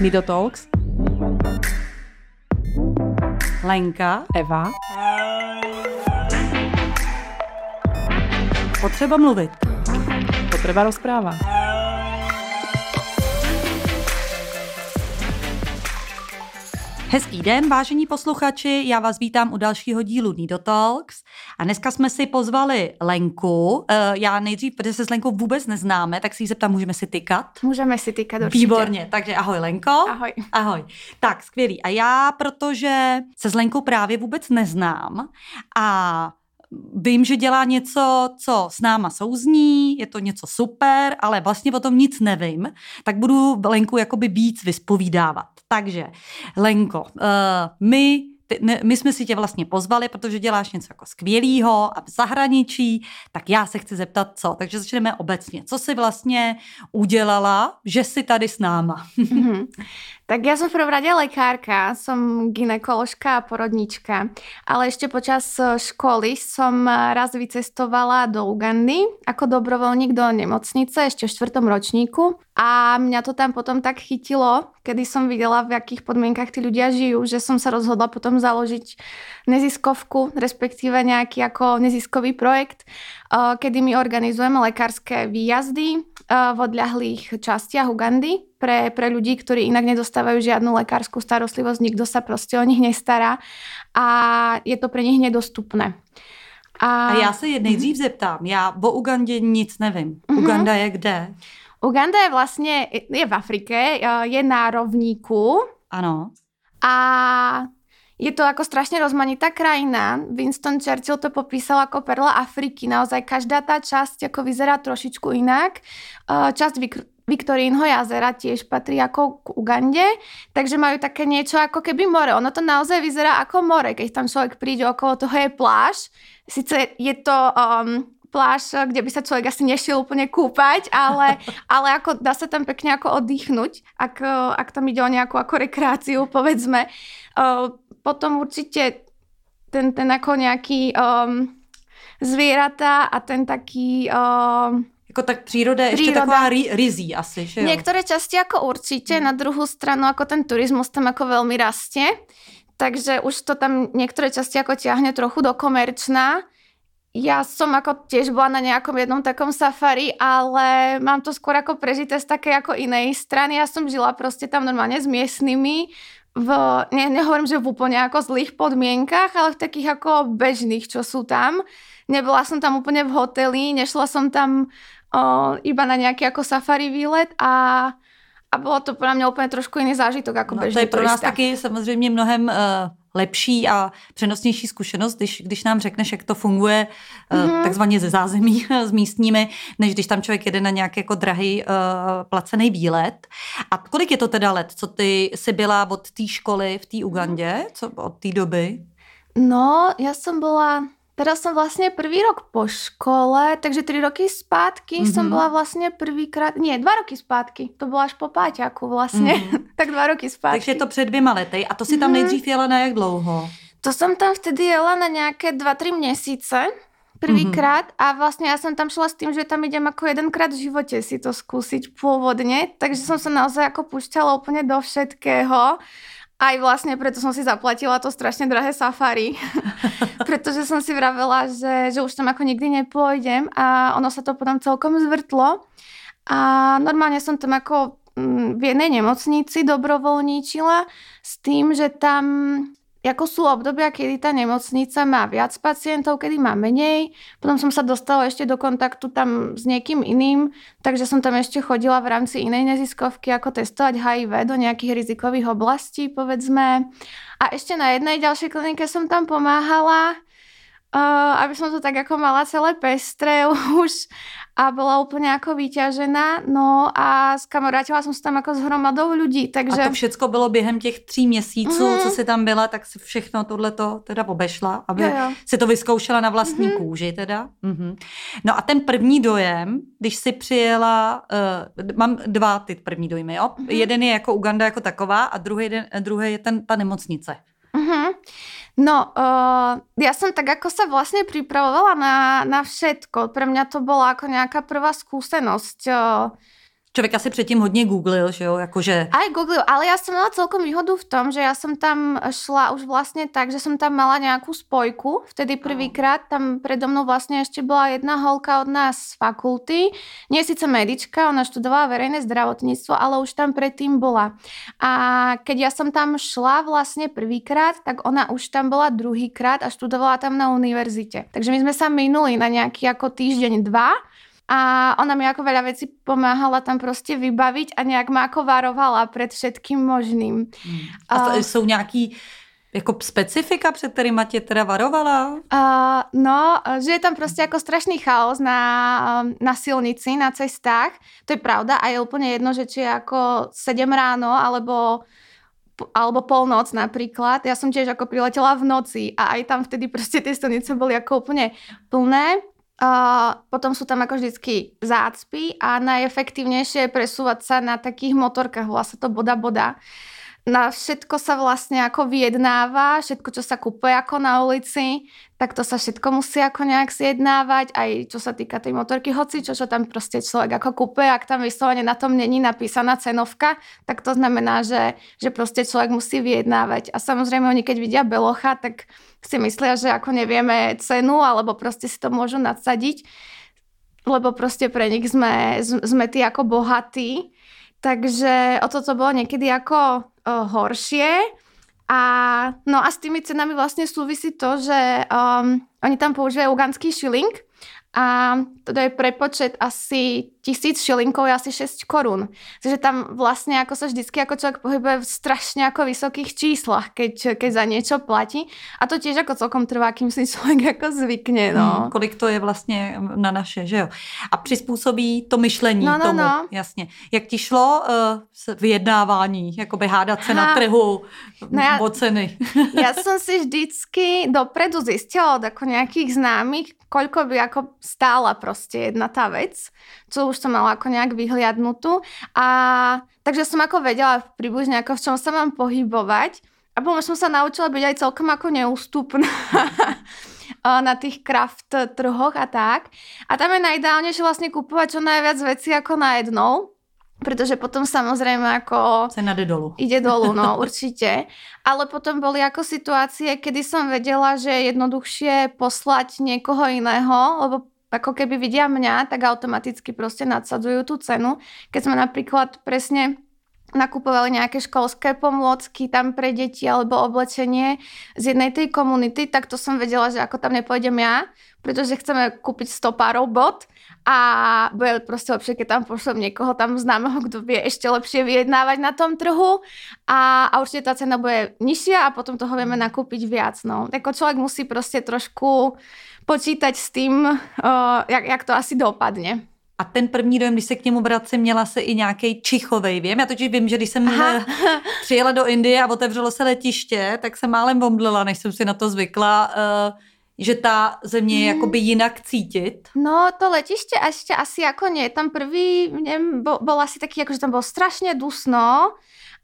Nido Talks. Lenka. Eva. Potřeba mluvit. Potreba rozpráva. Hezký den, vážení posluchači, já vás vítám u dalšího dílu Nido Talks a dneska jsme si pozvali Lenku. Já nejdřív, protože se s Lenkou vůbec neznáme, tak si ji zeptám, můžeme si tykat? Můžeme si tykat určitě. Výborně, takže ahoj Lenko. Ahoj. Ahoj. Tak, skvělý. A já, protože se s Lenkou právě vůbec neznám a vím, že dělá něco, co s náma souzní, je to něco super, ale vlastně o tom nic nevím, tak budu Lenku jakoby víc vyspovídávat. Takže, Lenko, my jsme si tě vlastně pozvali, protože děláš něco jako skvělýho a v zahraničí, tak já se chci zeptat co. Takže začneme obecně. Co jsi vlastně udělala, že jsi tady s náma? Tak ja som v prvom rade lekárka, som gynekoložka a porodnička, ale ešte počas školy som raz vycestovala do Ugandy ako dobrovoľník do nemocnice ešte v 4. ročníku a mňa to tam potom tak chytilo, kedy som videla, v akých podmienkach tí ľudia žijú, že som sa rozhodla potom založiť neziskovku, respektíve nejaký ako neziskový projekt, kedy my organizujeme lekárske výjazdy v odľahlých častiach Ugandy pre ľudí, ktorí inak nedostávajú žiadnu lekárskú starostlivosť, nikto sa proste o nich nestará a je to pre nich nedostupné. A já se nejdřív zeptám, já o Ugandě nic nevím. Uganda je kde? Uganda je vlastne, je v Afrike, je na rovníku. Ano. A je to ako strašne rozmanitá krajina. Winston Churchill to popísal ako perla Afriky. Naozaj každá tá časť ako vyzerá trošičku inak. Časť Viktorínho jazera tiež patrí ako k Ugande, takže majú také niečo ako keby more. Ono to naozaj vyzerá ako more, keď tam človek príde, okolo toho je pláž. Sice je to pláž, kde by sa človek asi nešiel úplne kúpať, ale ako dá sa tam pekne ako oddychnúť, ak tam ide o nejakú ako rekreáciu, povedzme. Potom určite ten ako nejaký zvieratá a ten taký... Jako tak příroda je ještě taková rizí asi, že jo? Niektoré časti ako určite, na druhú stranu ako ten turizmus tam ako veľmi rastie, takže už to tam niektoré časti ako ťahne trochu do komerčná. Ja som ako tiež bola na nejakom jednom takom safari, ale mám to skôr ako prežité z takej ako inej strany. Ja som žila proste tam normálne s miestnymi, nehovorím, že v úplne ako zlých podmienkach, ale v takých ako bežných, čo sú tam. Nebola som tam úplne v hoteli, nešla som tam iba na nejaký ako safari výlet a bylo to pro mě úplně trošku jiný zážitok jako běžný turista. To je pro nás taky samozřejmě mnohem lepší a přenosnější zkušenost, když nám řekneš, jak to funguje takzvaně ze zázemí s místními, než když tam člověk jede na nějaký jako drahý placený výlet. A kolik je to teda let, co ty jsi byla od té školy v té Ugandě, od té doby? No, ja som bola... Teraz som vlastne prvý rok po škole, takže 3 roky zpátky som bola vlastne prvýkrát, 2 roky zpátky, to bylo až po páťaku vlastne, tak 2 roky zpátky. Takže je to před 2 lety a to si tam nejdřív jela na jak dlouho? To som tam vtedy jela na nejaké 2-3 měsíce prvýkrát a vlastne ja som tam šla s tým, že tam idem ako jedenkrát v živote si to skúsiť pôvodne, takže som sa naozaj ako púšťala úplne do všetkého. Aj vlastne preto som si zaplatila to strašne drahé safari, pretože som si vravela, že už tam ako nikdy nepôjdem a ono sa to potom celkom zvrtlo. A normálne som tam ako v jednej nemocnici dobrovoľníčila s tým, že tam ako sú obdobia, kedy tá nemocnica má viac pacientov, kedy má menej. Potom som sa dostala ešte do kontaktu tam s niekým iným, takže som tam ešte chodila v rámci inej neziskovky, ako testovať HIV do nejakých rizikových oblastí, povedzme. A ešte na jednej ďalšej klinike som tam pomáhala, aby som to tak ako mala celé pestré už a bola úplne ako vyťažená. No a skamarátila som sa tam ako s hromadou ľudí. Takže... A to všecko bylo během těch 3 měsíců, co jsi tam byla, tak si všechno tohleto teda obešla, aby si to vyzkoušela na vlastní kůži teda. No a ten první dojem, když si přijela, mám 2 ty první dojmy, jo? Jeden je jako Uganda jako taková a druhý je ta nemocnice. No, ja som tak ako sa vlastne pripravovala na všetko. Pre mňa to bola ako nejaká prvá skúsenosť Člověk asi předtím hodně googlil, že jo, jakože... Aj googlil, ale ja som mala celkom výhodu v tom, že ja som tam šla už vlastne tak, že som tam mala nejakú spojku, vtedy prvýkrát, tam predo mnou vlastne ešte bola jedna holka od nás z fakulty, nie je síce medička, ona študovala verejné zdravotníctvo, ale už tam predtým bola. A keď ja som tam šla vlastne prvýkrát, tak ona už tam bola druhýkrát a študovala tam na univerzite. Takže my sme sa minuli na nejaký ako týždeň, 2. A ona mi ako veľa vecí pomáhala tam prostě vybaviť a nejak ma ako varovala před všetkým možným. A jsou nějaký jako specifika, před kterýma tě teda varovala? No, že je tam prostě jako strašný chaos na silnici, na cestách. To je pravda a je úplně jedno, že či je jako 7 ráno, alebo polnoc napríklad. Ja som tiež ako priletela v noci a aj tam vtedy prostě tie silnice boli ako úplne plné. Potom sú tam ako vždycky zácpy a najefektívnejšie je presúvať sa na takých motorkách, volá sa to boda. Na všetko sa vlastne ako vyjednáva, všetko, čo sa kupuje ako na ulici, tak to sa všetko musí ako nejak zjednávať, aj čo sa týka tej motorky, hoci čo tam prostě človek ako kupuje, ak tam vyslovene na tom není napísaná cenovka, tak to znamená, že prostě človek musí vyjednávať. A samozrejme oni keď vidia belocha, tak si myslia, že ako nevieme cenu, alebo prostě si to môžu nadsadiť, lebo prostě pre nich sme tí ako bohatí. Takže o to bolo niekedy ako horšie. A s tými cenami vlastne súvisí to, že oni tam používajú ugandský šiling a to je prepočet asi 1000 šilinkov je asi 6 korún. Takže tam vlastne ako sa vždycky ako človek pohybuje v strašne ako vysokých číslach, keď za niečo platí. A to tiež ako celkom trvá, kým si človek ako zvykne. No. Kolik to je vlastně na naše, že jo? A přizpůsobí to myšlení tomu. No. Jasně. Jak ti šlo vyjednávání, jakoby hádat se na trhu o ceny? Ja som si vždycky dopredu zistila od ako nejakých známych, koľko by ako stála prostě jedna tá vec, co už som mala ako nejak vyhliadnutú. A takže som ako vedela približne ako v čom sa mám pohybovať. A potom som sa naučila byť aj celkom ako neústupná na tých craft trhoch a tak. A tam je najideálnejšie vlastne kupovať čo najviac vecí ako najednou. Pretože potom samozrejme ako... Cena ide dolu, no určite. Ale potom boli ako situácie, kedy som vedela, že je jednoduchšie poslať niekoho iného, lebo ako keby vidia mňa, tak automaticky proste nadsadzujú tú cenu. Keď sme napríklad presne nakupovali nejaké školské pomôcky tam pre deti alebo oblečenie z jednej tej komunity, tak to som vedela, že ako tam nepôjdem ja, pretože chceme kúpiť 100 párov bot a bude proste lepšie, keď tam pošlem niekoho tam známeho, kto vie ešte lepšie vyjednávať na tom trhu a určite tá cena bude nižšia a potom toho vieme nakúpiť viac. No. Tako človek musí proste trošku počítať s tým, jak to asi dopadne. A ten první dojem, když se k němu vracím, měla se i nějaký čichovej věm. Já totiž vím, že když jsem přijela do Indie a otevřelo se letiště, tak jsem málem omdlela, než jsem si na to zvykla, že tá země je jakoby jinak cítit. No to letiště ešte asi ako nie. Tam prvý bol asi taký, akože tam bolo strašne dusno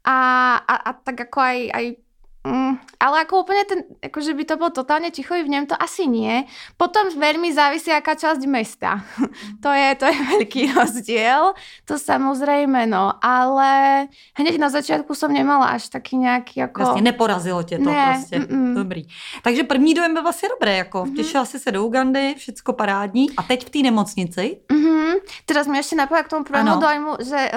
a tak ako aj ale ako úplne ten, akože by to bolo totálne ticho, v ňom to asi nie. Potom veľmi závisí, aká časť mesta. To je veľký rozdiel, to samozrejme, no. Ale hneď na začiatku som nemala až taký nejaký ako... Vlastně neporazilo tě to prostě. Dobrý. Takže první dojem byl vlastně dobré, jako těšila si se do Ugandy, všecko parádní. A teď v té nemocnici? Teraz mi ešte napadá k tomu prvému dojmu, že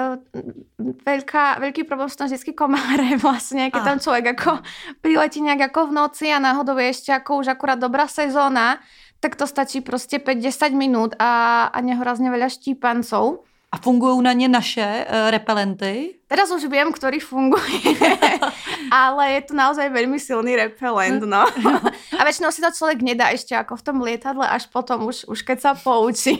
veľký problém sú tam vždycky komáre vlastne, keď tam človek ako priletí nejak ako v noci a náhodou je ešte ako už akurát dobrá sezóna, tak to stačí prostě 5-10 minút a nehorazne veľa štípancov. A fungujú na ne naše repelenty? Teraz už viem, ktorý funguje, ale je to naozaj veľmi silný repelent, no. A väčšinou si to človek nedá ešte ako v tom lietadle, až potom, už keď sa poučí.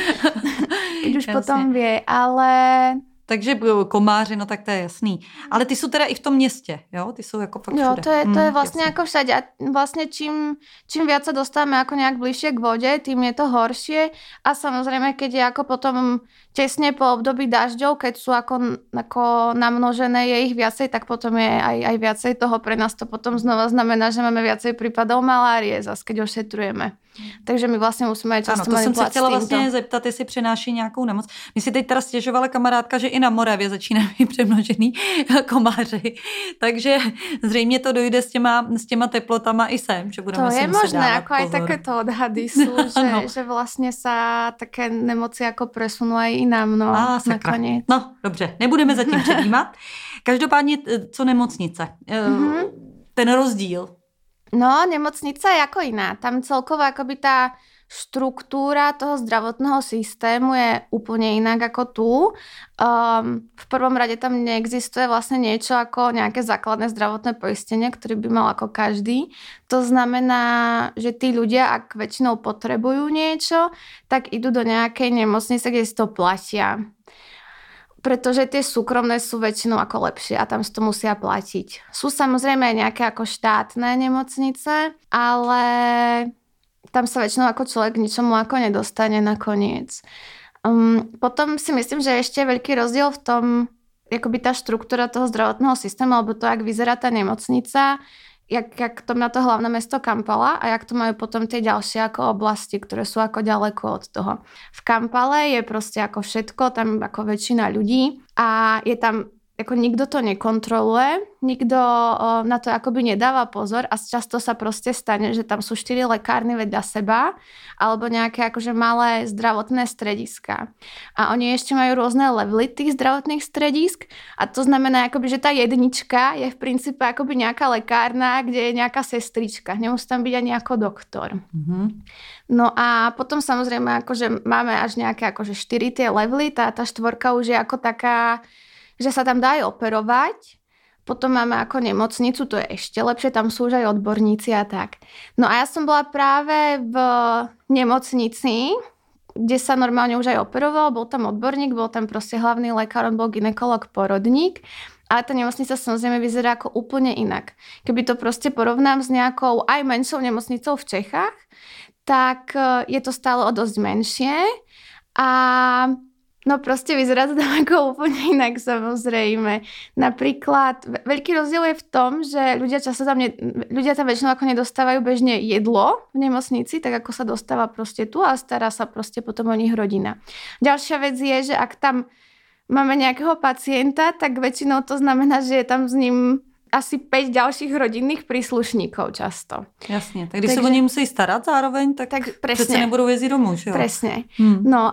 Keď už potom vie, ale... Takže komáři, no tak to je jasný. Ale ty jsou teda i v tom městě, jo? Ty jsou jako fakt všude. Jo, to je vlastně jako všade. A vlastně čím viac sa dostávame ako nejak bližšie k vode, tým je to horšie. A samozrejme, keď je ako potom tesne po období dažďov, keď sú ako namnožené, je ich viacej, tak potom je aj viacej toho. Pre nás to potom znova znamená, že máme viacej prípadov malárie, zase keď ošetrujeme. Takže my vlastně musíme často manipulovat. Ano, to jsem se chtěla vlastně zeptat, jestli přenáší nějakou nemoc. Mi si teď teda stěžovala kamarádka, že i na Moravě začínají přemnožený komáři. Takže zřejmě to dojde s těma teplotama i sem, že budeme si muset dávat pozor. To je možné, jako aj takéto odhady sú, že vlastně sa také nemoci jako presunú aj inám, nakoniec. No, dobře, nebudeme zatím předjímat. Každopádně, co nemocnice? Ten rozdíl. No, nemocnica je ako iná. Tam celkovo akoby tá štruktúra toho zdravotného systému je úplne inak ako tu. V prvom rade tam neexistuje vlastne niečo ako nejaké základné zdravotné poistenie, ktoré by mal ako každý. To znamená, že tí ľudia, ak väčšinou potrebujú niečo, tak idú do nejakej nemocnice, kde si to platia. Pretože tie súkromné sú väčšinou ako lepšie a tam si to musia platiť. Sú samozrejme aj nejaké ako štátne nemocnice, ale tam sa väčšinou ako človek ničomu ako nedostane nakoniec. Potom si myslím, že ešte je veľký rozdiel v tom, akoby tá štruktúra toho zdravotného systému, alebo to, jak vyzerá tá nemocnica, jak to má to hlavné mesto Kampala a jak to majú potom tie ďalšie ako oblasti, ktoré sú ako ďaleko od toho. V Kampale je proste ako všetko, tam ako väčšina ľudí a je tam ako nikto to nekontroluje, nikto na to akoby nedáva pozor a často sa proste stane, že tam sú 4 lekárny vedľa seba alebo nejaké akože malé zdravotné strediska. A oni ešte majú rôzne levely tých zdravotných stredisk a to znamená akoby, že tá jednička je v princípe akoby nejaká lekárna, kde je nejaká sestrička. Nemusí tam byť ani ako doktor. Mm-hmm. No a potom samozrejme akože máme až nejaké akože 4 tie levely, tá štvorka už je ako taká, že sa tam dá aj operovať. Potom máme ako nemocnicu, to je ešte lepšie, tam sú už aj odborníci a tak. No a ja som bola práve v nemocnici, kde sa normálne už aj operoval, bol tam odborník, bol tam proste hlavný lekár, on bol gynekolog, porodník, ale tá nemocnica samozrejme vyzerá ako úplne inak. Keby to proste porovnám s nejakou aj menšou nemocnicou v Čechách, tak je to stále o dosť menšie a no proste vyzerá to tam ako úplne inak samozrejme. Napríklad, veľký rozdiel je v tom, že ľudia tam väčšinou ako nedostávajú bežne jedlo v nemocnici, tak ako sa dostáva proste tu a stará sa proste potom o nich rodina. Ďalšia vec je, že ak tam máme nejakého pacienta, tak väčšinou to znamená, že je tam s ním asi 5 ďalších rodinných príslušníkov často. Jasne, tak když se o něj musí starat zároveň, tak přece nebudou jezdit domů, že jo? Presne. No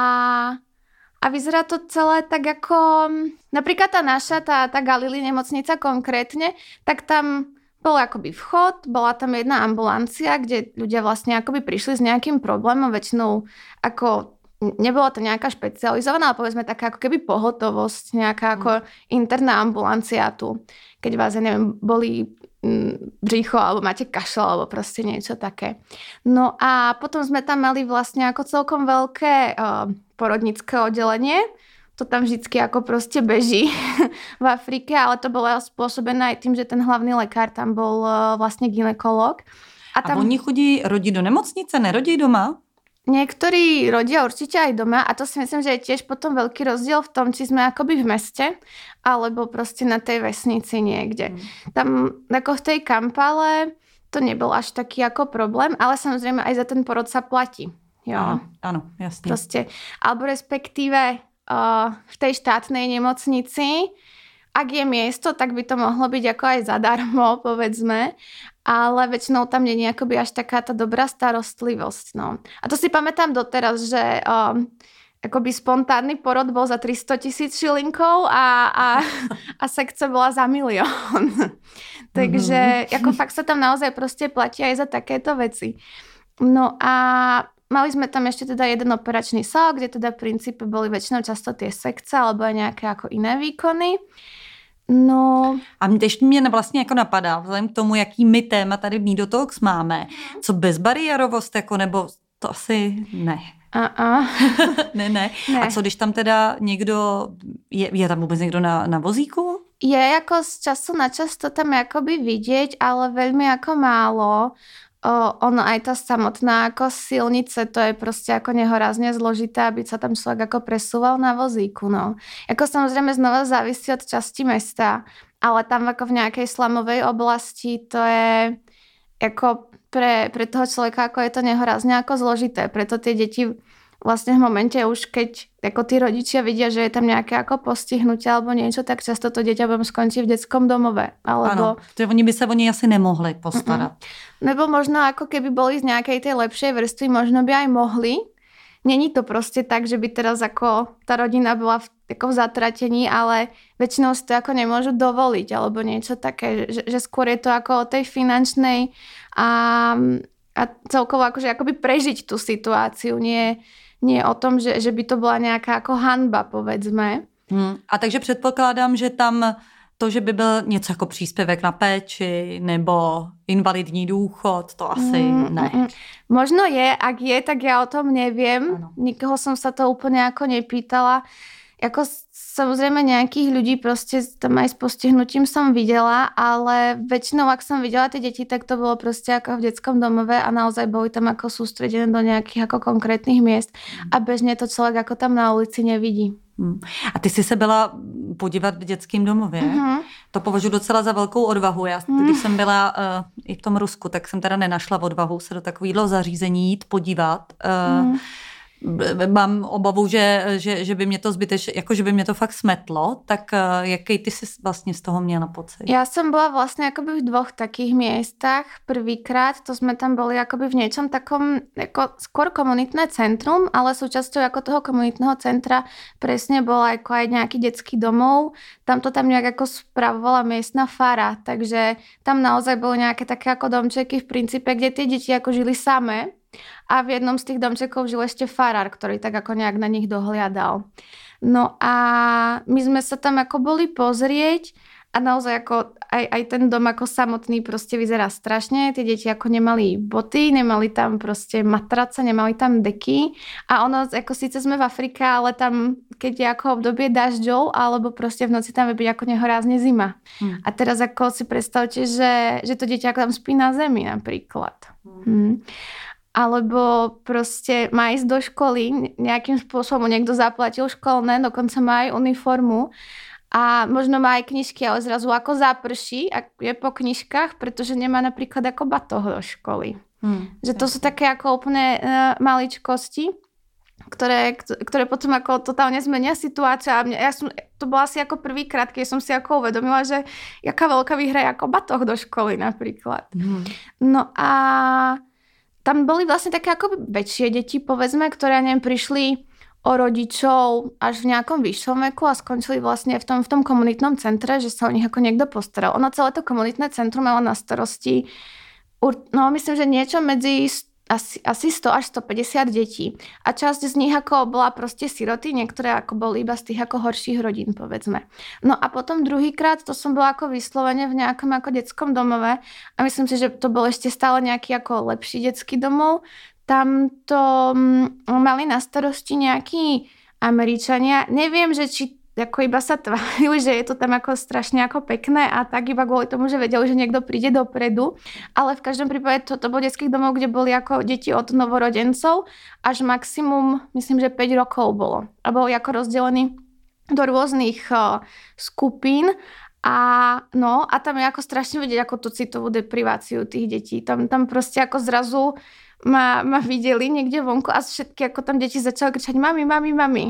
a vyzerá to celé tak ako, napríklad tá naša, tá Galilei nemocnica konkrétne, tak tam bol akoby vchod, bola tam jedna ambulancia, kde ľudia vlastne akoby prišli s nejakým problémom, väčšinou ako nebola to nejaká špecializovaná, ale povedzme taká ako keby pohotovosť, nejaká ako interná ambulancia tu, keď vás, ja neviem, bolí břicho, alebo máte kašel, alebo proste niečo také. No a potom sme tam mali vlastne ako celkom veľké porodnické oddelenie. To tam vždycky ako proste beží v Afrike, ale to bolo spôsobené aj tým, že ten hlavný lekár tam bol vlastne gynekolog. A oni chodí rodí do nemocnice, nerodí doma? Niektorí rodia určite aj doma a to si myslím, že je tiež potom veľký rozdiel v tom, či sme akoby v meste alebo proste na tej vesnici niekde. Tam ako v tej Kampale to nebol až taký ako problém, ale samozrejme aj za ten porod sa platí. Jo. Áno, jasne. Proste, alebo respektíve v tej štátnej nemocnici, ak je miesto, tak by to mohlo byť ako aj zadarmo, povedzme, ale väčšinou tam nie je akoby až taká tá dobrá starostlivosť. No. A to si pamätám doteraz, že akoby spontánny porod bol za 300 000 šilinkov a sekcia bola za 1 000 000. Takže ako fakt sa tam naozaj proste platí aj za takéto veci. No a mali sme tam ešte teda jeden operačný sál, kde teda v princípe boli väčšinou často tie sekce alebo aj nejaké ako iné výkony. No. A teď mě vlastně jako napadá, vzhledem k tomu, jaký my téma tady v Nidotalks máme, co bezbariérovost, jako, nebo to asi ne. Ne. A co když tam teda někdo, je tam vůbec někdo na vozíku? Je jako z času na čas to tam jakoby vidieť, ale veľmi ako málo. Ono aj tá samotná ako silnice, to je proste ako nehorázne zložité, aby sa tam človek ako presúval na vozíku. No. Ako samozrejme znova závisí od časti mesta, ale tam ako v nejakej slamovej oblasti to je ako pre toho človeka, ako je to nehorázne ako zložité. Preto tie deti vlastne v momente už, keď ako tí rodičia vidia, že je tam nejaké ako postihnutie alebo niečo, tak často to dieťa potom skončí v detskom domove. Alebo... Áno, oni by sa o nej asi nemohli postarať. Nebo možno ako keby boli z nejakej tej lepšej vrstvy, možno by aj mohli. Není to proste tak, že by teraz ako tá rodina bola v zatratení, ale väčšinou si to ako nemôžu dovoliť alebo niečo také, že skôr je to ako o tej finančnej a celkovo akože akoby prežiť tú situáciu, nie o tom, že by to bola nejaká ako hanba, povedzme. A takže předpokládám, že tam to, že by byl něco jako příspěvek na péči nebo invalidní důchod, to asi ne. Možno je, ak je, tak ja o tom neviem. Ano. Nikoho som sa to úplne ako nepýtala. Ako samozrejme nejakých ľudí proste tam aj s postihnutím som videla, ale väčšinou, ak som videla tie deti, tak to bolo proste ako v detskom domove a naozaj boli tam ako sústredené do nejakých ako konkrétnych miest a bežne to človek ako tam na ulici nevidí. A ty jsi se byla podívat v dětském domově. To považuji docela za velkou odvahu. Já, když jsem byla i v tom Rusku, tak jsem teda nenašla odvahu se do takového zařízení jít podívat. Mám obavu, že by mě to zbytečně, jako že by mě to fakt smetlo, tak jaký ty si vlastně z toho měla pocit? Ja som bola vlastne akoby v 2 takých miestach. Prvýkrát, to sme tam boli akoby v niečom takom, ako skôr komunitné centrum, ale súčasťou ako toho komunitného centra presne bola ako aj nejaký detský domov. Tam to tam nejak ako spravovala miestna fara, takže tam naozaj boli nejaké také ako domčeky v princípe, kde tie deti ako žili samé. A v jednom z tých domčekov žil ešte farár, ktorý tak ako nejak na nich dohliadal. No a my sme sa tam ako boli pozrieť a naozaj ako aj ten dom ako samotný proste vyzerá strašne. Tie deti ako nemali boty, nemali tam proste matrace, nemali tam deky a ono, ako síce sme v Afrike, ale tam, keď je ako obdobie dažďov, alebo proste v noci tam vie byť ako nehorázne zima. A teraz ako si predstavte, že to dieťa ako tam spí na zemi napríklad. Alebo proste má ísť do školy, nejakým spôsobom niekto zaplatil školné, dokonca má aj uniformu a možno má aj knižky, ale zrazu ako zaprší a je po knižkách, pretože nemá napríklad ako batoh do školy. Že to sú také ako úplne maličkosti, ktoré potom ako totálne zmenia situáciu a to bolo asi ako prvýkrát, keď som si ako uvedomila, že jaká veľká výhra je ako batoh do školy napríklad. No a tam boli vlastne také ako väčšie deti, povedzme, ktoré, neviem, prišli o rodičov až v nejakom vyššom veku a skončili vlastne v tom komunitnom centre, že sa o nich ako niekto postaral. Ono celé to komunitné centrum malo na starosti, myslím, že niečo medzi asi 100 až 150 detí. A časť z nich ako bola proste siroty, niektoré ako boli iba z tých ako horších rodín, povedzme. No a potom druhýkrát to som bola ako vyslovene v nejakom ako detskom domove a myslím si, že to bol ešte stále nejaký ako lepší detský domov. Tam to mali na starosti nejakí Američania. Neviem, že či ako iba sa tvárili, že je to tam ako strašne ako pekné a tak iba kvôli tomu, že vedeli, že niekto príde dopredu. Ale v každom prípade to bol detských domov, kde boli ako deti od novorodencov až maximum, myslím, že 5 rokov bolo. A boli ako rozdelení do rôznych skupín a tam je ako strašne vidieť ako tú citovú depriváciu tých detí. Tam proste ako zrazu ma videli niekde vonku a všetky ako tam deti začali kričať mami, mami, mami.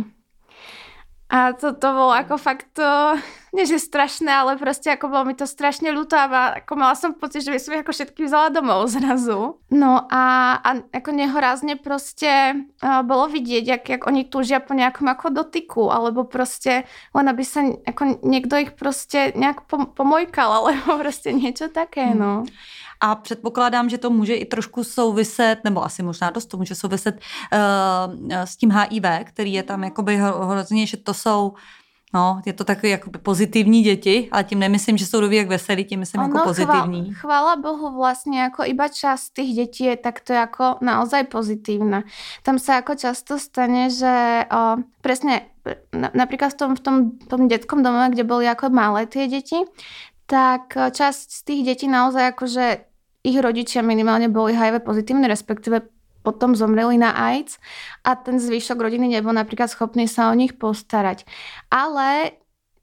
A to bolo ako fakt to, nie že strašné, ale proste ako bolo mi to strašne ľúto a ako mala som pocit, že by som ich ako všetky vzala domov zrazu. No a ako nehorázne proste bolo vidieť, jak oni túžia po nejakom ako dotyku, alebo proste len aby sa ako niekto ich proste nejak pomojkal, alebo proste niečo také, no. A předpokládám, že to může i trošku souviset, nebo asi možná dost to může souviset s tím HIV, který je tam jakoby hrozně, že to jsou, je to takové jakoby pozitivní děti, ale tím nemyslím, že jsou doví jak veselí, tím myslím jako pozitivní. Chvála Bohu vlastne ako iba časť tých detí je takto ako naozaj pozitívna. Tam sa ako často stane, že presne napríklad v tom detskom domove, kde boli ako malé tie deti, tak časť z tých detí naozaj akože ich rodičia minimálne boli HIV pozitívni, respektíve potom zomreli na AIDS a ten zvyšok rodiny nebol napríklad schopný sa o nich postarať. Ale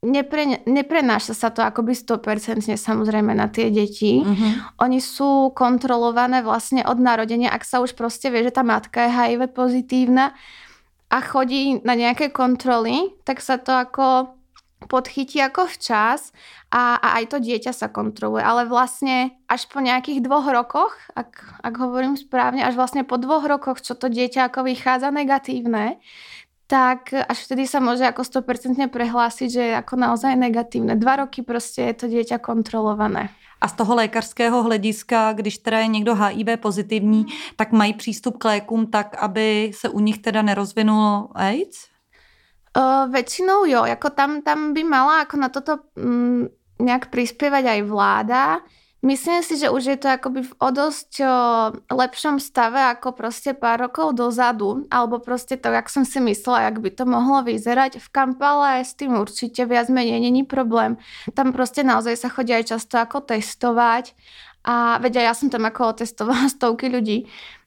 neprenáša sa to akoby 100% samozrejme na tie deti. Oni sú kontrolované vlastne od narodenia, ak sa už proste vie, že tá matka je HIV pozitívna a chodí na nejaké kontroly, tak sa to ako podchytí ako včas a aj to dieťa sa kontroluje. Ale vlastne až po nejakých 2 rokoch, ak hovorím správne, až vlastne po 2 rokoch, čo to dieťa ako vychádza negatívne, tak až vtedy sa môže ako 100% prehlásiť, že je ako naozaj negatívne. 2 roky proste je to dieťa kontrolované. A z toho lékařského hlediska, když teda je někdo HIV pozitivní, tak mají přístup k lékům tak, aby se u nich teda nerozvinulo AIDS? Väčšinou jo, ako tam by mala ako na toto nejak prispievať aj vláda. Myslím si, že už je to akoby v o dosť lepšom stave ako proste pár rokov dozadu, alebo proste to, jak som si myslela, jak by to mohlo vyzerať. V Kampale s tým určite viac menej není problém. Tam proste naozaj sa chodí aj často ako testovať a vedia, ja som tam ako otestovala stovky ľudí.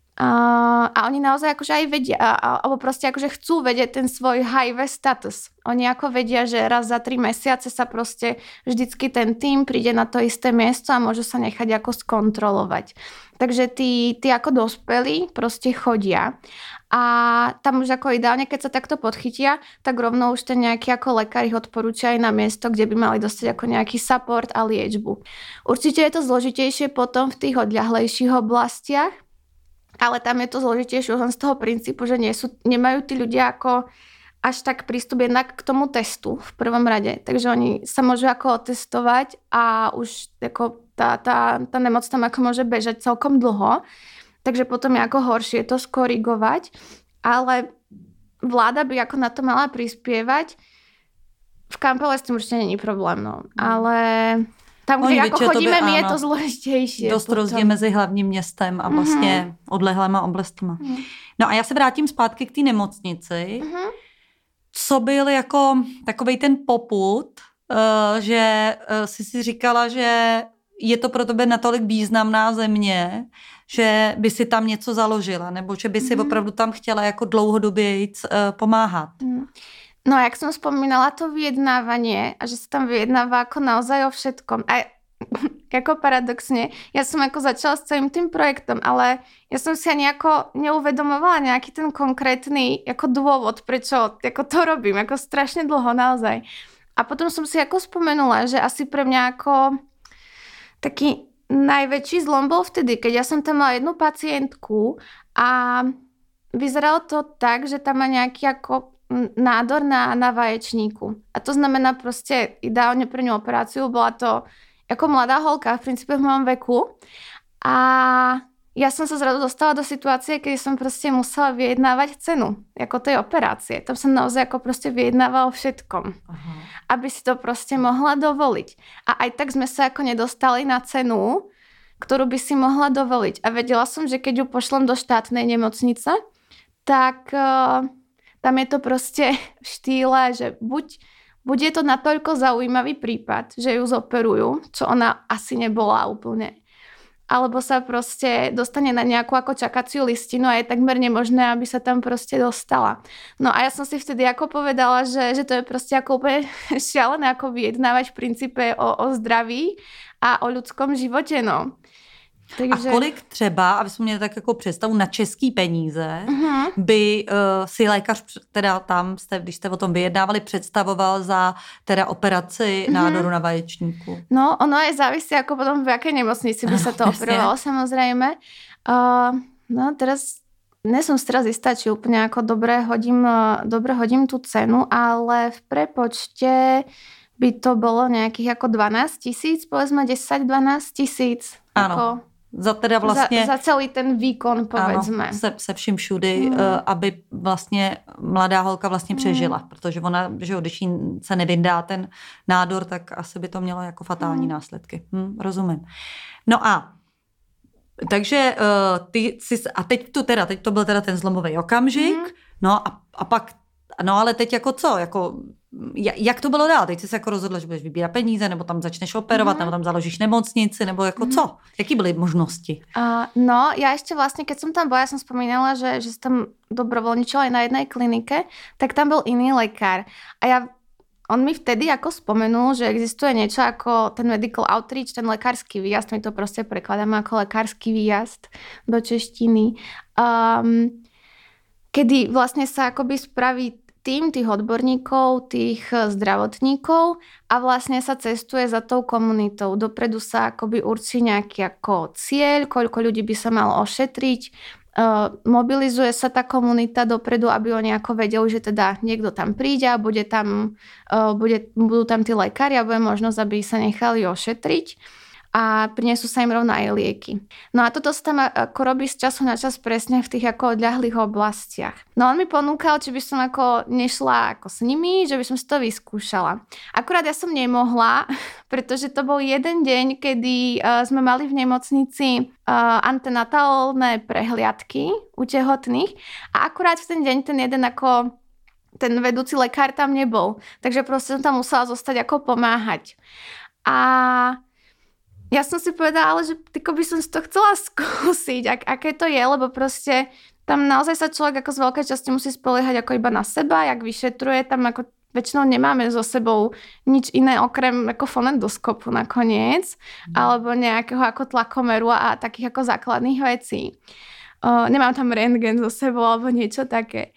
A oni naozaj akože aj vedia, alebo proste akože chcú vedieť ten svoj HIV status. Oni ako vedia, že raz za 3 mesiace sa proste vždycky ten tím príde na to isté miesto a môže sa nechať ako skontrolovať. Takže tí ako dospelí proste chodia. A tam už ako ideálne, keď sa takto podchytia, tak rovno už ten nejaký ako lekár ich odporúča aj na miesto, kde by mali dostať ako nejaký support a liečbu. Určite je to zložitejšie potom v tých odľahlejších oblastiach, ale tam je to zložitejšie už len z toho princípu, že nemajú tí ľudia ako až tak prístup jednak k tomu testu v prvom rade. Takže oni sa môžu ako otestovať a už ako tá nemoc tam ako môže bežať celkom dlho. Takže potom je ako horšie to skorigovať. Ale vláda by ako na to mala prispievať. V Kampale s tým určite není problém. No. Ale tam, kde ako chodíme my, je to zložitější. Dost rozdíl mezi hlavním městem a vlastně odlehlýma oblastma. No a já se vrátím zpátky k té nemocnici. Co byl jako takovej ten popud, že si říkala, že je to pro tebe natolik významná země, že by si tam něco založila, nebo že by si opravdu tam chtěla jako dlouhodobě pomáhat. No, jak som spomínala to vyjednávanie a že sa tam vyjednáva ako naozaj o všetkom. A ako paradoxne, ja som ako začala s celým tým projektom, ale ja som si ani ako neuvedomovala nejaký ten konkrétny ako dôvod, prečo ako to robím, ako strašne dlho naozaj. A potom som si ako spomenula, že asi pre mňa ako taký najväčší zlom bol vtedy, keď ja som tam mala jednu pacientku a vyzeralo to tak, že tam má nejaký ako nádor na vaječníku. A to znamená proste ideálne pre ňu operáciu. Bola to ako mladá holka, v princípe v mojom veku. A ja som sa zrazu dostala do situácie, keď som proste musela vyjednávať cenu ako tej operácie. Tam sa naozaj ako proste vyjednávalo všetkom. Aby si to proste mohla dovoliť. A aj tak sme sa ako nedostali na cenu, ktorú by si mohla dovoliť. A vedela som, že keď ju pošlem do štátnej nemocnice, tak tam je to proste v štýle, že buď je to natoľko zaujímavý prípad, že ju zoperujú, čo ona asi nebola úplne, alebo sa proste dostane na nejakú ako čakaciu listinu a je takmer nemožné, aby sa tam proste dostala. No a ja som si vtedy ako povedala, že to je proste ako úplne šialené ako vyjednávať v princípe o zdraví a o ľudskom živote, no. Takže... A kolik třeba, aby jsme měli tak jako představu, na český peníze by si lékař teda tam, když jste o tom vyjednávali, představoval za teda operaci nádoru na vaječníku? No, ono je závisí ako potom v jaké nemocnici by sa to operovalo, samozrejme. No, teraz nesom si teraz istá, či úplne ako dobre hodím tú cenu, ale v prepočte by to bolo nejakých ako 12 000, povedzme 10-12 000. Ano. Ako za teda vlastně... Za celý ten výkon, povedzme. Ano, se vším všudy, aby vlastně mladá holka vlastně přežila, protože ona, že jo, když jí se nevyndá ten nádor, tak asi by to mělo jako fatální následky. Rozumím. No a takže teď to byl teda ten zlomový okamžik, no a pak, no ale teď jako co, jako jak to bylo dál? Teď jsi se jako rozhodla, že budeš vybírat peníze, nebo tam začneš operovat, nebo tam založíš nemocnici, nebo jako co? Jaký byly možnosti? No, ja ešte vlastne, keď som tam bola, ja som spomínala, že sa tam dobrovoľničila aj na jednej klinike, tak tam bol iný lekár. A ja on mi vtedy ako spomenul, že existuje niečo ako ten medical outreach, ten lekársky výjazd, my to proste prekladáme ako lekársky výjazd do češtiny, kedy vlastne sa akoby spraví tým tých odborníkov, tých zdravotníkov a vlastne sa cestuje za tou komunitou. Dopredu sa akoby určí nejaký ako cieľ, koľko ľudí by sa malo ošetriť, mobilizuje sa tá komunita dopredu, aby oni ako vedeli, že teda niekto tam príde a budú tam tí lekári a bude možnosť, aby sa nechali ošetriť a prinesú sa im rovno aj lieky. No a toto sa tam ako robí z času na čas presne v tých ako odľahlých oblastiach. No on mi ponúkal, či by som ako nešla ako s nimi, že by som si to vyskúšala. Akurát ja som nemohla, pretože to bol jeden deň, kedy sme mali v nemocnici antenatálne prehliadky u tehotných a akurát v ten deň ten jeden ako ten vedúci lekár tam nebol. Takže proste som tam musela zostať ako pomáhať. A ja som si povedala, že by som si to chcela skúsiť, aké to je, lebo proste tam naozaj sa človek ako z veľkej časti musí spoliehať ako iba na seba, jak vyšetruje, tam ako väčšinou nemáme so sebou nič iné okrem ako fonendoskopu nakoniec, alebo nejakého ako tlakomeru a takých ako základných vecí. Nemám tam rentgen so sebou alebo niečo také.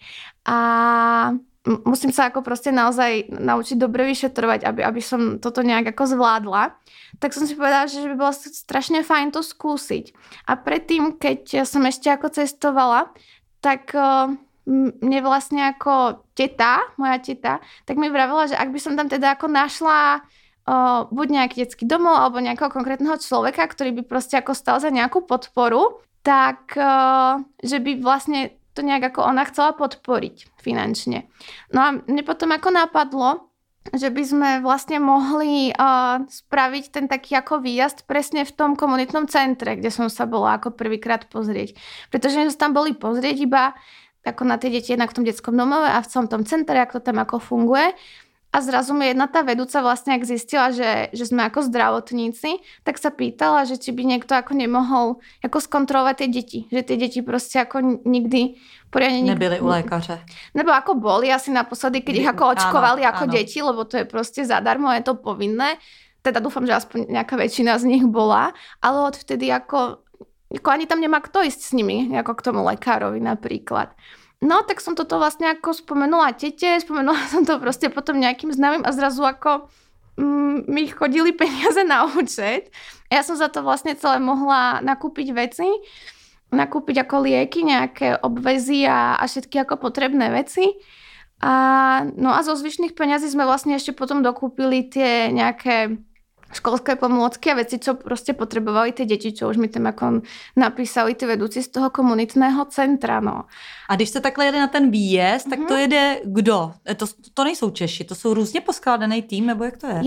A musím sa ako proste naozaj naučiť dobre vyšetrovať, aby som toto nejak ako zvládla. Tak som si povedala, že by bolo strašne fajn to skúsiť. A predtým, keď som ešte ako cestovala, tak mne vlastne ako moja teta, tak mi vravila, že ak by som tam teda ako našla buď nejaký detský domov alebo nejakého konkrétneho človeka, ktorý by proste ako stal za nejakú podporu, tak že by vlastne to nejak ako ona chcela podporiť finančne. No a mne potom ako napadlo, že by sme vlastne mohli spraviť ten taký ako výjazd presne v tom komunitnom centre, kde som sa bola ako prvýkrát pozrieť. Pretože sme tam boli pozrieť iba ako na tie deti jednak v tom detskom domove a v celom tom centre, ako to tam ako funguje. A zrazu mi jedna tá vedúca vlastne, ak zistila, že sme ako zdravotníci, tak sa pýtala, že či by niekto ako nemohol ako skontrolovať tie deti. Že tie deti proste ako nikdy poriadne... Nebyli u lékaře. Nebo ako boli asi naposledy, keď ich ako očkovali ako áno. deti, lebo to je proste zadarmo, je to povinné. Teda dúfam, že aspoň nejaká väčšina z nich bola. Ale odvtedy ako ani tam nemá kto ísť s nimi, ako k tomu lekárovi napríklad. No, tak som toto vlastne ako spomenula tete, spomenula som to proste potom nejakým známym a zrazu ako mi chodili peniaze na účet. Ja som za to vlastne celé mohla nakúpiť veci, nakúpiť ako lieky, nejaké obvezy a všetky ako potrebné veci. No a zo zvyšných peňazí sme vlastne ešte potom dokúpili tie nejaké školské pomôcky a veci, čo proste potrebovali tie deti, čo už mi tam ako napísali ty vedúci z toho komunitného centra, no. A když se takhle jede na ten výjezd, tak to jede kdo? To nejsou Češi, to jsou různě poskládaný tým, nebo jak to je?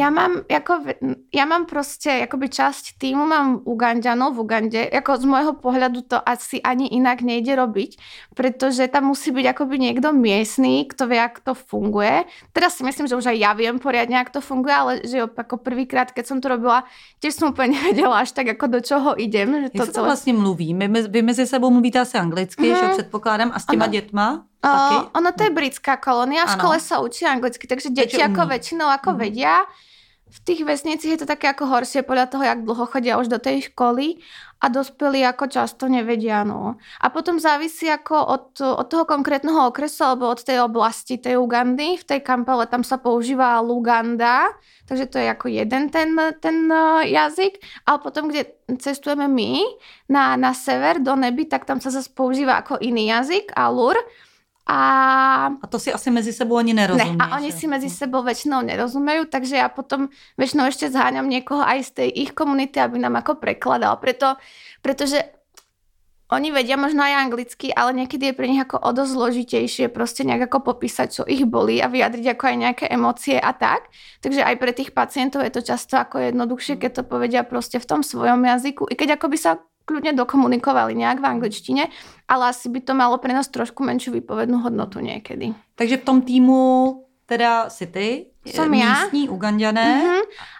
Ja mám proste, akoby časť týmu mám Uganďanov v Ugande, ako z môjho pohľadu to asi ani inak nejde robiť, pretože tam musí byť akoby niekto miestný, kto vie, ako to funguje. Teraz si myslím, že už aj ja viem poriadne, ako to funguje, ale že ako prvýkrát, keď som to robila, tiež som úplne nevedela až tak, ako do čoho idem. Jak se to vlastně mluví? Vy mezi sebou mluvíte asi anglicky, že předpokládám, a s těma dětma taky? Ono to je britská kolónia, v škole sa učí anglicky, takže deti ako väčšinou ako vedia. V tých vesnicích je to také ako horšie podľa toho, jak dlho chodia už do tej školy a dospelí ako často nevedia. No. A potom závisí ako od toho konkrétneho okresu alebo od tej oblasti tej Ugandy. V tej Kampale tam sa používa Luganda, takže to je ako jeden ten jazyk. Ale potom, kde cestujeme my na sever do Neby, tak tam sa zase používa ako iný jazyk, Alur. A to si asi mezi sebou ani nerozumieš. Ne, a oni si medzi sebou väčšinou nerozumejú, takže ja potom väčšinou ešte zháňam niekoho aj z tej ich komunity, aby nám ako prekladal. Pretože oni vedia možno aj anglicky, ale niekedy je pre nich ako o dosť zložitejšie proste nejak ako popísať, čo ich bolí a vyjadriť ako aj nejaké emócie a tak. Takže aj pre tých pacientov je to často ako jednoduchšie, keď to povedia proste v tom svojom jazyku. I keď ako by sa kľudne dokomunikovali nejak v angličtine, ale asi by to malo pre nás trošku menšiu výpovednú hodnotu niekedy. Takže v tom týmu teda si ty, som místní Uganďané.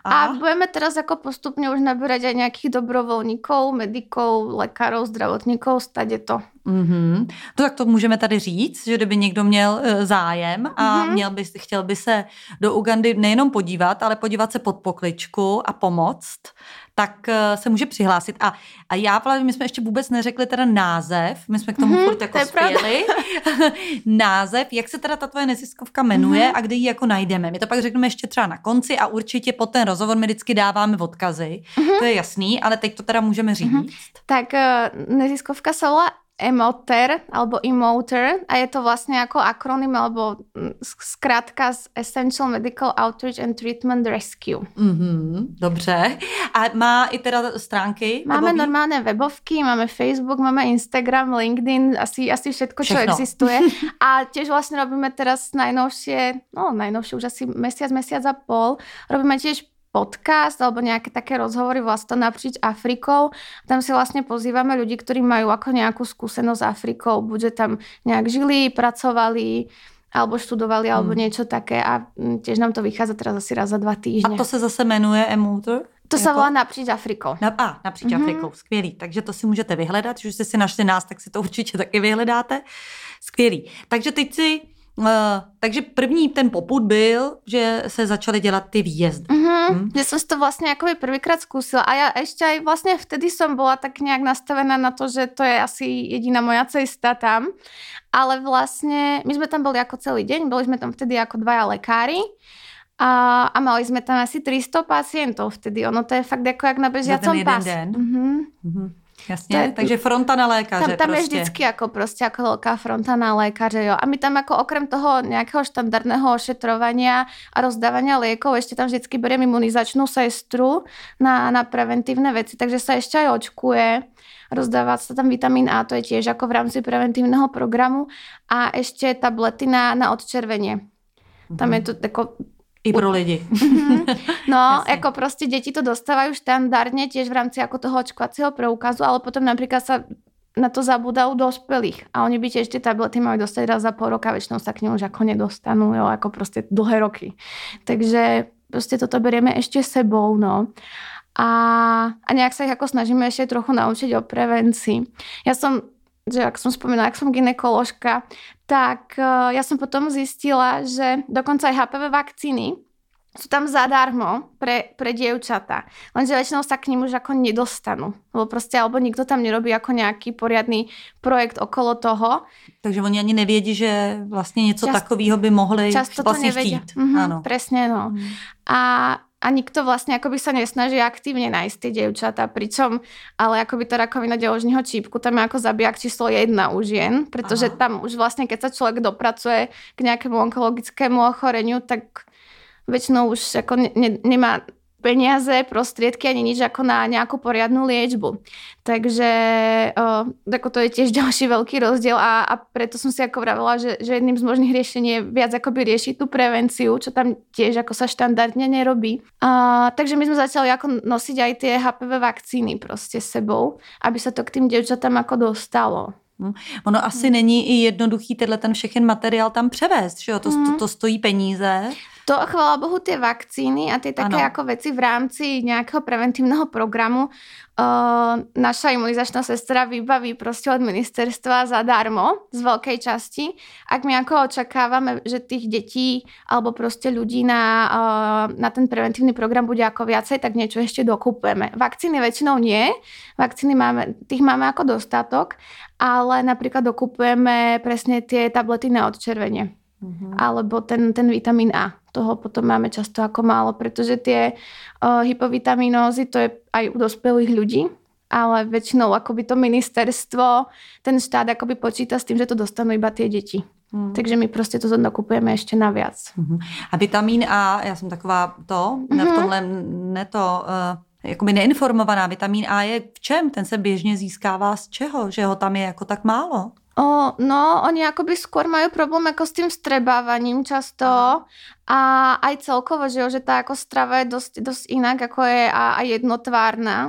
A budeme teraz jako postupně už nabírať aj nejakých dobrovolníkov, medikov, lekárov, zdravotníkov, stade to. No tak to můžeme tady říct, že kdyby někdo měl zájem a chtěl by se do Ugandy nejenom podívat, ale podívat se pod pokličku a pomoct, tak se může přihlásit. A já, my jsme ještě vůbec neřekli teda název, my jsme k tomu furt jako spěli. Název, jak se teda ta tvoje neziskovka jmenuje a kde ji jako najdeme. My to pak řekneme ještě třeba na konci a určitě pod ten rozhovor my vždycky dáváme odkazy. To je jasný, ale teď to teda můžeme říct. Tak neziskovka sa volá Emoter alebo Emoter a je to vlastne ako akronym alebo skrátka z Essential Medical Outreach and Treatment Rescue. Dobře. A má i teda stránky? Máme normálne webovky, máme Facebook, máme Instagram, LinkedIn, asi všetko, čo existuje. A tiež vlastne robíme teraz najnovšie už asi mesiac a pol, robíme tiež podcast alebo nejaké také rozhovory vlastne napříč Afrikou. Tam si vlastne pozývame ľudí, ktorí majú ako nejakú skúsenosť s Afrikou. Buď tam nejak žili, pracovali, alebo študovali, alebo niečo také. A tiež nám to vychádza teraz asi raz za 2 týždne. A to se zase jmenuje Emoter? To sa volá Napříč Afrikou. Napříč Afrikou, skvělý. Takže to si můžete vyhledat. Když jste si našli nás, tak si to určitě taky vyhledáte. Skvělý. Takže teď takže první ten popud byl, že se začaly dělat ty výjezdy. Že som si to vlastne akoby prvýkrát skúsila. A ja ešte aj vlastne vtedy som bola tak nejak nastavená na to, že to je asi jediná moja cesta tam. Ale vlastne my sme tam boli ako celý deň, boli sme tam vtedy ako 2 lekári. A mali sme tam asi 300 pacientov vtedy. Ono to je fakt ako jak na bežiacom páse. Jasně, takže fronta na lékaře. Tam je vždycky jako veľká fronta na lékaře, jo. A my tam ako okrem toho nejakého štandardného ošetrovania a rozdávania liekov ešte tam vždycky beriem imunizačnú sestru na preventívne veci, takže sa ešte aj očkuje. Rozdáva sa tam vitamín A, to je tiež ako v rámci preventívneho programu a ešte tablety na odčervenie. Tam je to tako i pro lidi. No, ako proste deti to dostávajú štandardne tiež v rámci ako toho očkovacieho preukazu, ale potom napríklad sa na to zabúdajú dospelých a oni by tiež tie tablety mali dostať raz za pol roka, väčšinou sa k nemu už ako nedostanú, jo, ako proste dlhé roky. Takže proste toto berieme ešte sebou, no. A nejak sa ich ako snažíme ešte trochu naučiť o prevencii. Ak som spomínala, ak som gynekoložka, tak ja som potom zistila, že dokonca aj HPV vakcíny sú tam zadarmo pre dievčatá. Lenže väčšinou sa k nim už ako nedostanú. Alebo nikto tam nerobí ako nejaký poriadny projekt okolo toho. Takže oni ani nevědí, že vlastně něco takového by mohli vlastně chtít. Áno. Presne, no. A nikto vlastne akoby sa nesnaží aktívne nájsť tie dievčatá, pričom ale akoby tá rakovina deložního čípku tam je ako zabijak číslo 1 u žien, pretože tam už vlastne keď sa človek dopracuje k nejakému onkologickému ochoreniu, tak väčšinou už ako nemá peniaze, prostriedky ani nič ako na nejakú poriadnu liečbu. Takže ako to je tiež ďalší veľký rozdiel a preto som si ako vravela, že jedným z možných riešení je viac akoby riešiť tú prevenciu, čo tam tiež ako sa štandardne nerobí. Takže my sme začali ako nosiť aj tie HPV vakcíny proste s sebou, aby sa to k tým dievčatám ako dostalo. Ono asi není i jednoduchý ten všechen materiál tam převést, že jo? To stojí peníze. To, chvála Bohu, tie vakcíny a tie také ako veci v rámci nejakého preventívneho programu naša imunizačná sestra vybaví proste od ministerstva zadarmo z veľkej časti. Ak my ako očakávame, že tých detí alebo proste ľudí na ten preventívny program bude ako viacej, tak niečo ešte dokupujeme. Vakcíny väčšinou nie. Vakcíny tých máme ako dostatok, ale napríklad dokupujeme presne tie tablety na odčervenie. Alebo ten vitamín A. Toho potom máme často ako málo, pretože tie hypovitaminózy to je aj u dospelých ľudí, ale väčšinou akoby to ministerstvo, ten štát akoby počíta s tým, že to dostanú iba tie deti. Takže my prostě to nakupujeme ještě naviac. A vitamín A, já jsem taková v tomhle jakoby neinformovaná. Vitamín A je v čem? Ten se běžně získává z čeho? Že ho tam je jako tak málo? No, oni akoby skôr majú problém ako s tým vstrebávaním často a aj celkovo, že tá ako strava je dosť inak, ako je a jednotvárna.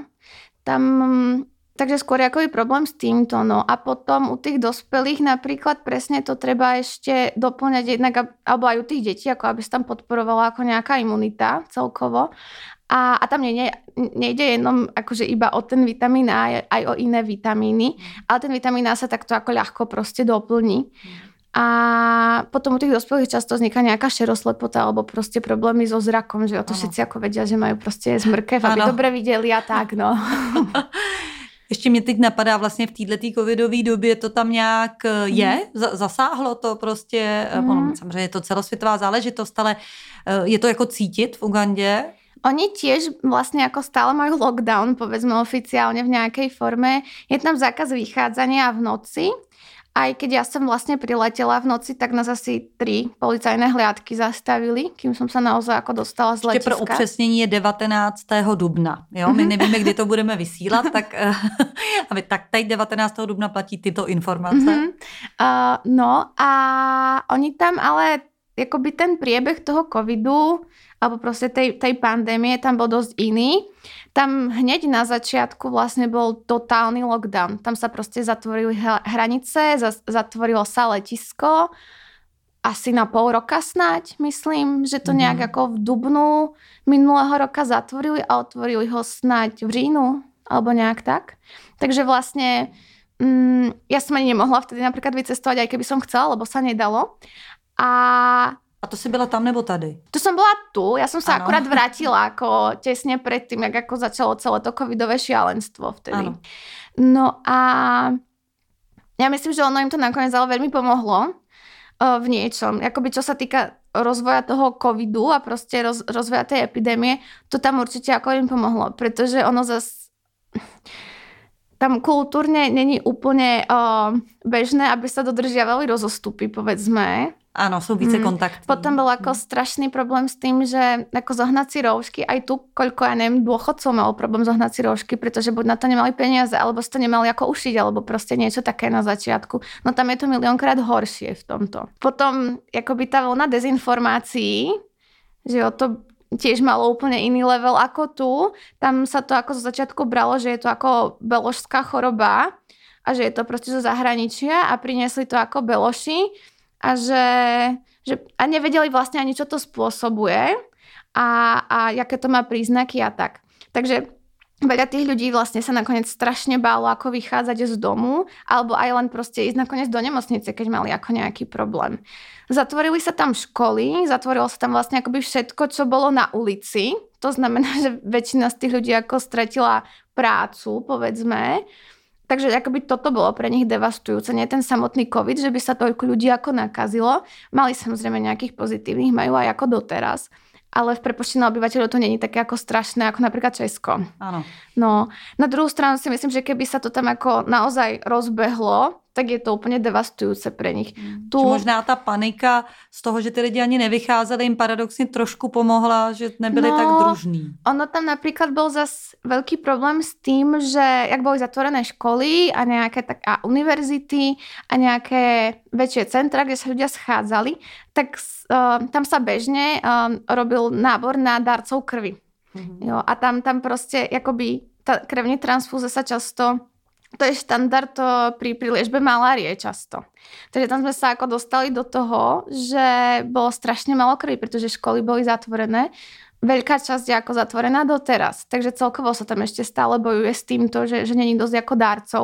Takže skôr je akoby problém s týmto. No. A potom u tých dospelých napríklad presne to treba ešte doplňať jednak, alebo aj u tých detí, ako aby sa tam podporovala ako nejaká imunita celkovo. A tam nejde jenom akože iba o ten vitamín A, aj o iné vitamíny, ale ten vitamín A sa takto ako ľahko proste doplní. A potom u tých dospelých často vzniká nejaká šeroslepota alebo proste problémy so zrakom, že o to všetci ako vedia, že majú proste zmrkev, aby dobre videli a tak, no. Ještě mě teď napadá vlastně v této covidové době to tam nějak je, zasáhlo to prostě, samozřejmě je to celosvětová záležitost, ale je to jako cítit v Ugandě? Oni tiež vlastne ako stále majú lockdown, povedzme oficiálne v nejakej forme. Je tam zákaz vychádzania v noci. Aj keď ja som vlastne priletela v noci, tak nás asi 3 policajné hliadky zastavili, kým som sa naozaj ako dostala z letiska. Ještě pro upřesnění je 19. dubna. Jo? My nevíme, kdy to budeme vysílat, tak teď 19. dubna platí tyto informace. No a oni tam ale jakoby ten priebeh toho covidu alebo proste tej pandémie tam bol dosť iný. Tam hneď na začiatku vlastne bol totálny lockdown. Tam sa proste zatvorili hranice, zatvorilo sa letisko. Asi na pol roka snáď, myslím, že to nejak ako v dubnu minulého roka zatvorili a otvorili ho snáď v říjnu, alebo nejak tak. Takže vlastne ja som ani nemohla vtedy napríklad vycestovať, aj keby som chcela, lebo sa nedalo. A to si byla tam nebo tady? To som bola tu, ja som sa akurát vrátila ako tesne predtým, jak ako začalo celé to covidové šialenstvo vtedy. Ano. No a ja myslím, že ono im to nakoniec ale veľmi pomohlo v niečom. Jakoby čo sa týka rozvoja toho covidu a proste rozvoja tej epidémie, to tam určite ako im pomohlo, pretože ono zase tam kultúrne není úplne bežné, aby sa dodržiavali rozostupy, povedzme. Áno, sú více kontaktní. Potom bol ako strašný problém s tým, že ako zohnať si roušky, aj tu, koľko, ja neviem, dôchodcov malo problém zohnať si roušky, pretože buď na to nemali peniaze, alebo si to nemali ako ušiť, alebo proste niečo také na začiatku. No tam je to miliónkrát horšie v tomto. Potom akoby tá vlna dezinformácií, že o to tiež malo úplne iný level ako tu. Tam sa to ako zo začiatku bralo, že je to ako beložská choroba a že je to proste zo zahraničia a priniesli to ako beloši a že nevedeli vlastne ani, čo to spôsobuje a jaké to má príznaky a tak. Takže veľa tých ľudí vlastne sa nakoniec strašne bálo, ako vychádzať z domu alebo aj len proste ísť nakoniec do nemocnice, keď mali ako nejaký problém. Zatvorili sa tam školy, zatvorilo sa tam vlastne akoby všetko, čo bolo na ulici. To znamená, že väčšina z tých ľudí ako stratila prácu, povedzme. Takže akoby toto bolo pre nich devastujúce. Nie ten samotný COVID, že by sa toľko ľudí ako nakazilo. Mali samozrejme nejakých pozitívnych, majú aj ako doteraz. Ale v prepočte na obyvateľov to není také ako strašné, ako napríklad Česko. Áno. No, na druhú stranu si myslím, že keby sa to tam ako naozaj rozbehlo, tak je to úplně devastujúce pre nich. Možná ta panika z toho, že ty lidi ani nevycházeli, jim paradoxně trošku pomohla, že nebyli tak družní. Ono tam napríklad bol zas veľký problém s tým, že jak boli zatvorené školy a nejaké a univerzity a nejaké väčšie centra, kde sa ľudia schádzali, tak tam sa bežne robil nábor na darcov krvi. Jo, a tam proste akoby tá krevní transfúze sa často, to je štandard pri liečbe malárie často. Takže tam sme sa ako dostali do toho, že bolo strašne málo krvi, pretože školy boli zatvorené. Veľká časť je ako zatvorená doteraz. Takže celkovo sa tam ešte stále bojuje s týmto, že není dosť ako dárcov.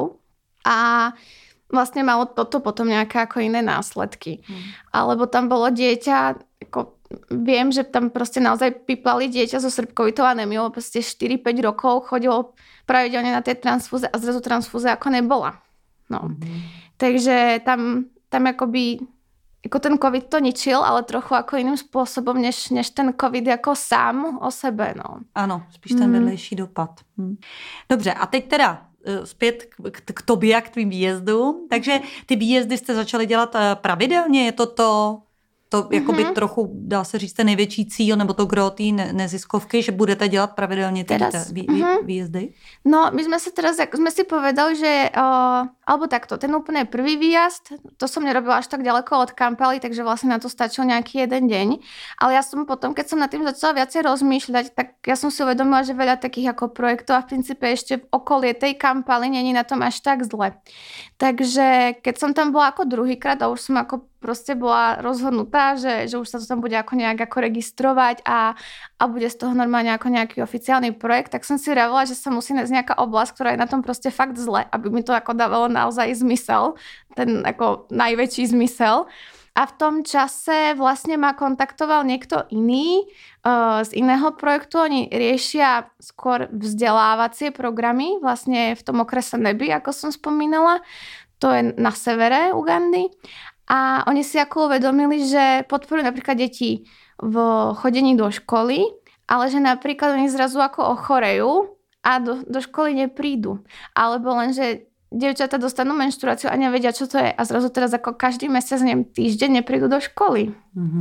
A vlastne malo toto potom nejaké ako iné následky. Alebo tam bolo dieťa, ako viem, že tam proste naozaj piplali dieťa so srpkovitou anémiou, proste 4-5 rokov chodilo pravidelne na tie transfúze a zrazu transfúze ako nebola. No. Takže tam akoby ako ten COVID to ničil, ale trochu ako iným spôsobom, než ten COVID jako sám o sebe. No. Ano, spíš ten vedlejší dopad. Dobře, a teď teda zpět k tobě a k tvým výjezdům. Takže ty výjezdy jste začali dělat pravidelně? Je to jakoby trochu, dá se říct, ten největší cíl, nebo to gro té neziskovky, že budete dělat pravidelně ty výjezdy? No, my sme sa teraz, sme si povedali, že alebo takto, ten úplne prvý výjazd, to som nerobila až tak ďaleko od Kampaly, takže vlastne na to stačil nejaký jeden deň. Ale ja som potom, keď som nad tým začala viacej rozmýšľať, tak ja som si uvedomila, že veľa takých ako projektov a v princípe ešte v okolie tej Kampaly není na tom až tak zle. Takže keď som tam bola ako druhýkrát a už som ako proste bola rozhodnutá, že už sa to tam bude ako nejak ako registrovať a bude z toho normálne ako nejaký oficiálny projekt, tak som si vravila, že sa musí nájsť nejaká oblasť, ktorá je na tom proste fakt zle, aby mi to ako dávalo naozaj zmysel, ten ako najväčší zmysel. A v tom čase vlastne ma kontaktoval niekto iný z iného projektu. Oni riešia skôr vzdelávacie programy vlastne v tom okrese Neby, ako som spomínala. To je na severe Ugandy. A oni si ako uvedomili, že podporujú napríklad deti v chodení do školy, ale že napríklad oni zrazu ako ochorejú a do školy neprídu. Alebo len, že dievčatá dostanú menštruáciu a nevedia, čo to je. A zrazu teraz ako každý mesiac, neviem, týždeň neprídu do školy.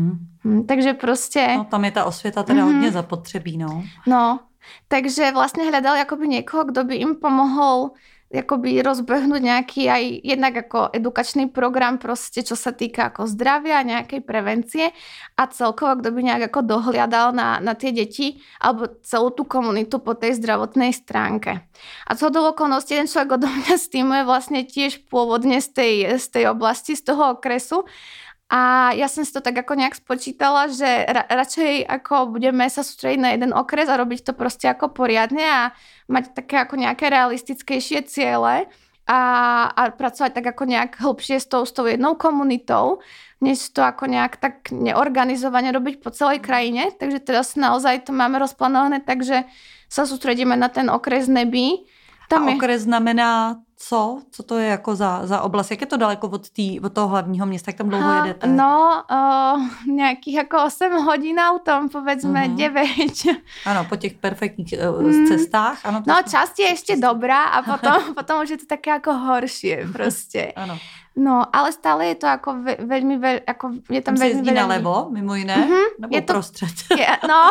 Takže proste... No tam je tá osvieta teda hodne zapotřebí, no. No, takže vlastne hľadali akoby niekoho, kto by im pomohol akoby rozbehnúť nejaký aj jednak ako edukačný program proste, čo sa týka ako zdravia, nejakej prevencie a celkovo, kto by nejak ako dohliadal na tie deti alebo celú tú komunitu po tej zdravotnej stránke. A zhodou okolností jeden človek odo mňa s tým je vlastne tiež pôvodne z tej oblasti, z toho okresu. A ja som si to tak ako nejak spočítala, že radšej ako budeme sa sústrediť na jeden okres a robiť to proste ako poriadne a mať také ako nejaké realistickejšie ciele a pracovať tak ako nejak hlbšie s tou jednou komunitou, než to ako nejak tak neorganizovane robiť po celej krajine. Takže teraz naozaj to máme rozplánované, takže sa sústredíme na ten okres Neby. Okres znamená co? Co to je jako za oblast? Jak je to daleko od toho hlavního města? Jak tam dlouho jedete? No, nějakých jako 8 hodin autom, povedzme 9. Ano, po těch perfektních cestách. Ano, no, časť je ešte dobrá a potom už je to také jako horšie proste. Ano. No, ale stále je to jako veľmi, jako je tam se veľmi... jezdí nalevo, mimo jiné? Nebo je to prostřed? No,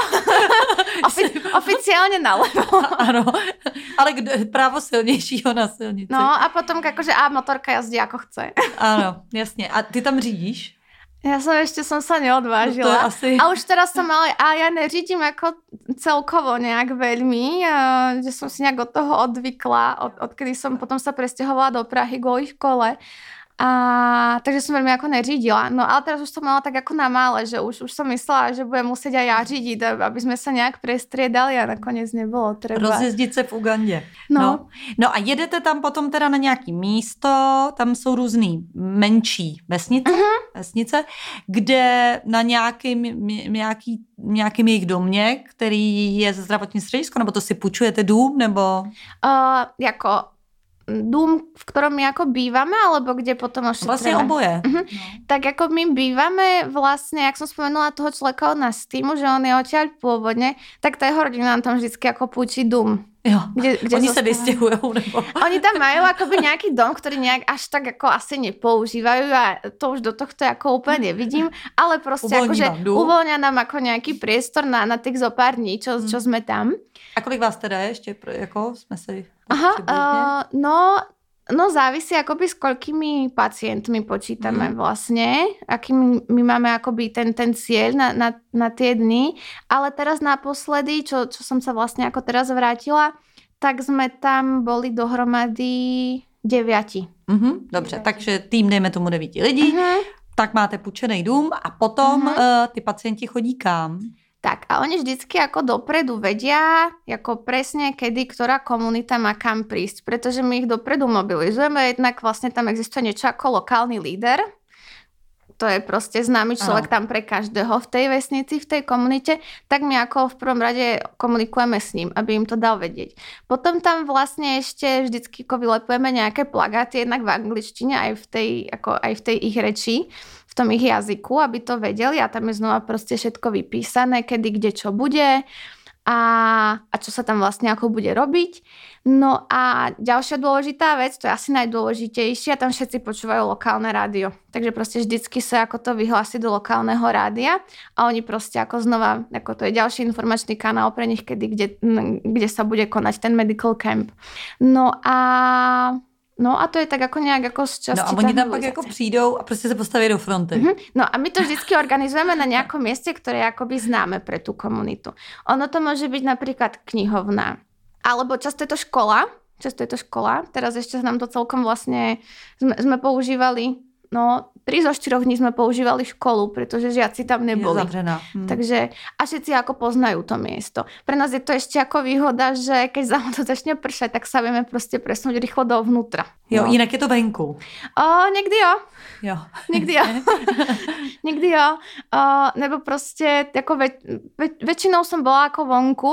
oficiálne nalevo. Ano, ale právo silnějšího na silnici. No a potom akože motorka jazdí ako chce. Ano, jasně. A ty tam řídíš? Ja som sa neodvážila. No to je asi... A už teraz som ale ja neřídím ako celkovo nejak veľmi, že som si nejak od toho odvykla, odkedy som potom sa presťahovala do Prahy kvôli škole. Takže som veľmi ako neřídila. No ale teraz už som mala tak ako na mále, že už som myslela, že budem musieť aj ja řídiť, aby sme sa nejak prestriedali a nakoniec nebolo treba. Rozjezdit se v Ugandě. No a jedete tam potom teda na nějaký místo, tam jsou různý menší vesnice, kde na nějakým jejich domě, který je ze zdravotní středisko, nebo to si půjčujete dům, nebo... Jako dům, v ktorom my ako bývame, alebo kde potom ošetrujeme? Vlastne oboje. No. Tak ako my bývame vlastne, jak som spomenula toho človeka od nás z týmu, že on je odtiaľ pôvodne, tak tá jeho rodina nám tam vždycky ako púči dům. Jo, kde oni sa vysťahujou, nebo... Oni tam majú akoby nejaký dom, ktorý nejak až tak ako asi nepoužívajú a to už do tohto ako úplne nevidím, ale proste akože uvoľňa nám ako nejaký priestor na tých zopár dní, čo sme tam. A kolik vás teda je ešte, jako sme sa... No závisí akoby s koľkými pacientmi počítame vlastne, aký my máme akoby ten cieľ na tie dny, ale teraz naposledy, čo som sa vlastne ako teraz vrátila, tak sme tam boli dohromady 9. Dobře, takže tým dejme tomu 9 lidí, tak máte půjčený dům a potom ty pacienti chodí kam? Tak a oni vždycky ako dopredu vedia, ako presne kedy, ktorá komunita má kam prísť, pretože my ich dopredu mobilizujeme, jednak vlastne tam existuje niečo ako lokálny líder, to je proste známy človek tam pre každého v tej vesnici, v tej komunite, tak my ako v prvom rade komunikujeme s ním, aby im to dal vedieť. Potom tam vlastne ešte vždycky vylepujeme nejaké plagáty, jednak v angličtine, aj v tej ich reči, v tom ich jazyku, aby to vedeli a tam je znova proste všetko vypísané, kedy, kde, čo bude a čo sa tam vlastne ako bude robiť. No a ďalšia dôležitá vec, to je asi najdôležitejšia, tam všetci počúvajú lokálne rádio. Takže proste vždycky sa ako to vyhlási do lokálneho rádia a oni proste ako znova, ako to je ďalší informačný kanál pre nich, kde sa bude konať ten medical camp. No a to je tak ako nejak ako z časti. No a oni tam pak jako přijdou a prostě se postaví do fronty. No a my to vždycky organizujeme na nejakom mieste, ktoré je akoby známe pre tú komunitu. Ono to môže byť napríklad knihovná. Alebo často je to škola. Teraz ešte nám to celkom vlastne sme používali 3 zo 4 dní sme používali školu, pretože žiaci tam neboli. Je zavřená. Takže a všetci ako poznajú to miesto. Pre nás je to ešte ako výhoda, že keď to začne pršať, tak sa vieme proste presunúť rýchlo dovnútra. Jo, jinak je to venku. Niekdy jo. Jo. Nikdy jo. Nikdy jo. Nebo proste ako väčšinou som bola ako vonku,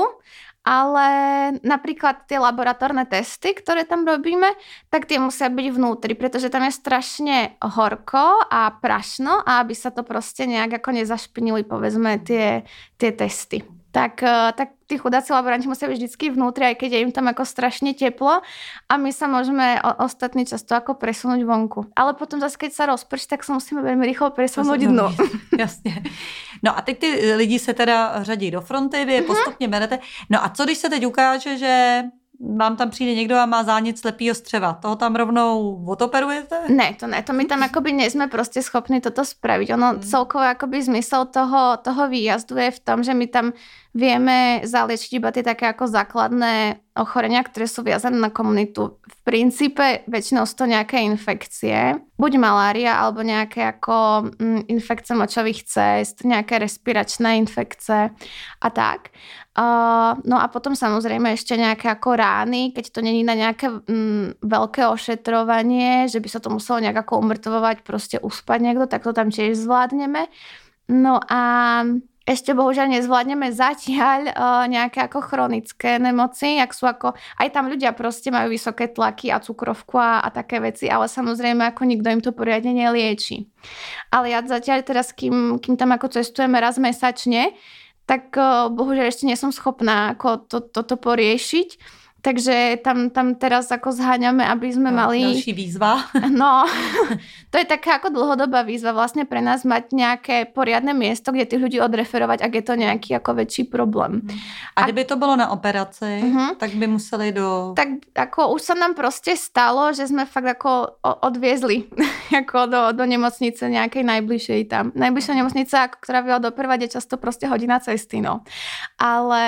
ale napríklad tie laboratórne testy, ktoré tam robíme, tak tie musia byť vnútri, pretože tam je strašne horko a prašno a aby sa to proste nejak ako nezašpinili, povedzme, tie testy. Tak tí chudáci laboranti musia byť vždycky vnútri, aj keď je im tam ako strašne teplo a my sa môžeme ostatný často ako presunúť vonku. Ale potom zase, keď sa rozprší, tak sa musíme veľmi rýchlo presunúť dnu. Jasně. No a teď ty lidi se teda řadí do fronty, vy je postupně berete. No a co když se teď ukáže, že vám tam přijde někdo a má zánět slepýho střeva? Toho tam rovnou odoperujete? Ne, to my tam akoby nie sme proste schopní toto spraviť. Ono celkovo akoby zmysel toho výjazdu je v tom, že my tam vieme zaliečiť iba tie také ako základné ochorenia, ktoré sú viazané na komunitu. V princípe väčšinou sú to nejaké infekcie, buď malária, alebo nejaké ako infekcie močových cest, nejaké respiračné infekcie a tak. No a potom samozrejme ešte nejaké ako rány, keď to není na nejaké veľké ošetrovanie, že by sa to muselo nejak ako umrtvovať, proste uspať niekto, tak to tam tiež zvládneme. No a ešte bohužiaľ nezvládneme zatiaľ nejaké ako chronické nemoci, jak sú ako, aj tam ľudia proste majú vysoké tlaky a cukrovku a také veci, ale samozrejme ako nikto im to poriadne nelieči. Ale ja zatiaľ teraz, kým tam ako cestujeme raz mesačne, tak bohužiaľ ešte nie som schopná ako toto poriešiť. Takže tam teraz ako zháňame, aby sme mali... Další výzva. No, to je taká ako dlhodobá výzva vlastne pre nás mať nejaké poriadne miesto, kde tých ľudí odreferovať, ak je to nejaký ako väčší problém. A kdyby to bylo na operaci, tak by museli do... Tak ako už sa nám proste stalo, že sme fakt ako odviezli ako do nemocnice nejakej najbližšej tam. Najbližšia nemocnica, ktorá by odoperovať, je často proste hodina cesty, no. Ale...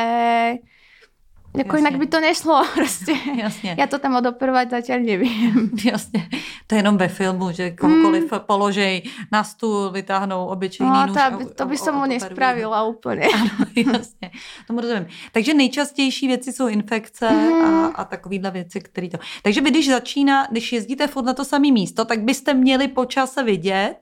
Jako jinak by to nešlo prostě. Jasně. Já to tam odoperovat zatiaľ nevím. Jasně. To je jenom ve filmu, že kohokoliv položej na stůl, vytáhnou obyčejný nůž. To by som mu nespravila úplně. Ano, jasně. Tomu rozumím. Takže nejčastější věci jsou infekce a takovýhle věci, které to... Takže vy, když jezdíte furt na to samé místo, tak byste měli po čase vidět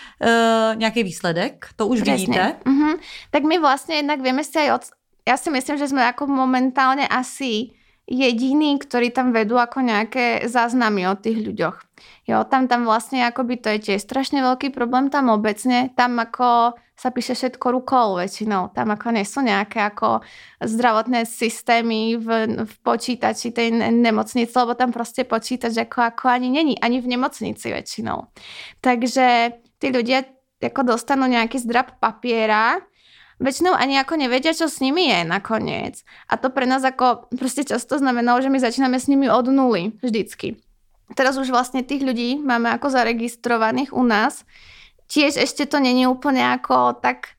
nějaký výsledek. To už vidíte. Tak my vlastně jednak vieme si aj ja si myslím, že sme ako momentálne asi jediní, ktorí tam vedú ako nejaké záznamy o tých ľuďoch. Jo, tam vlastne akoby to je tiež strašne veľký problém tam obecne. Tam ako sa píše všetko rukou väčšinou. Tam ako nie sú nejaké ako zdravotné systémy v počítači tej nemocnice, lebo tam proste počítač ako ani není, ani v nemocnici väčšinou. Takže tí ľudia ako dostanú nejaký zdrab papiera, väčšinou ani ako nevedia, čo s nimi je nakoniec. A to pre nás ako proste často znamenalo, že my začíname s nimi od nuly vždycky. Teraz už vlastne tých ľudí máme ako zaregistrovaných u nás. Tiež ešte to není úplne ako tak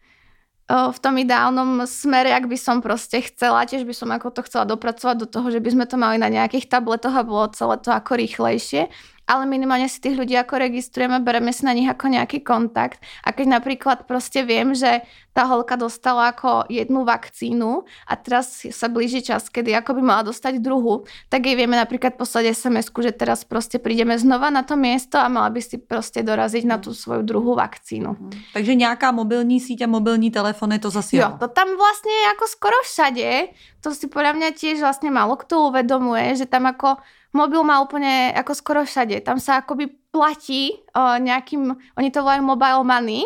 v tom ideálnom smere, ak by som proste chcela. Tiež by som ako to chcela dopracovať do toho, že by sme to mali na nejakých tabletoch a bolo celé to ako rýchlejšie. Ale minimálne si tých ľudí ako registrujeme, bereme si na nich ako nejaký kontakt. A keď napríklad proste viem, že tá holka dostala ako jednu vakcínu a teraz sa blíži čas, kedy ako by mala dostať druhú, tak jej vieme napríklad poslať SMS-ku, že teraz proste prídeme znova na to miesto a mala by si proste doraziť na tú svoju druhú vakcínu. Takže nejaká mobilní síť a mobilní telefony to zase jo. To tam vlastne je ako skoro všade. To si podľa mňa tiež vlastne málo kto uvedomuje, že tam ako mobil má úplne ako skoro všade. Tam sa akoby platí nejakým, oni to volajú mobile money.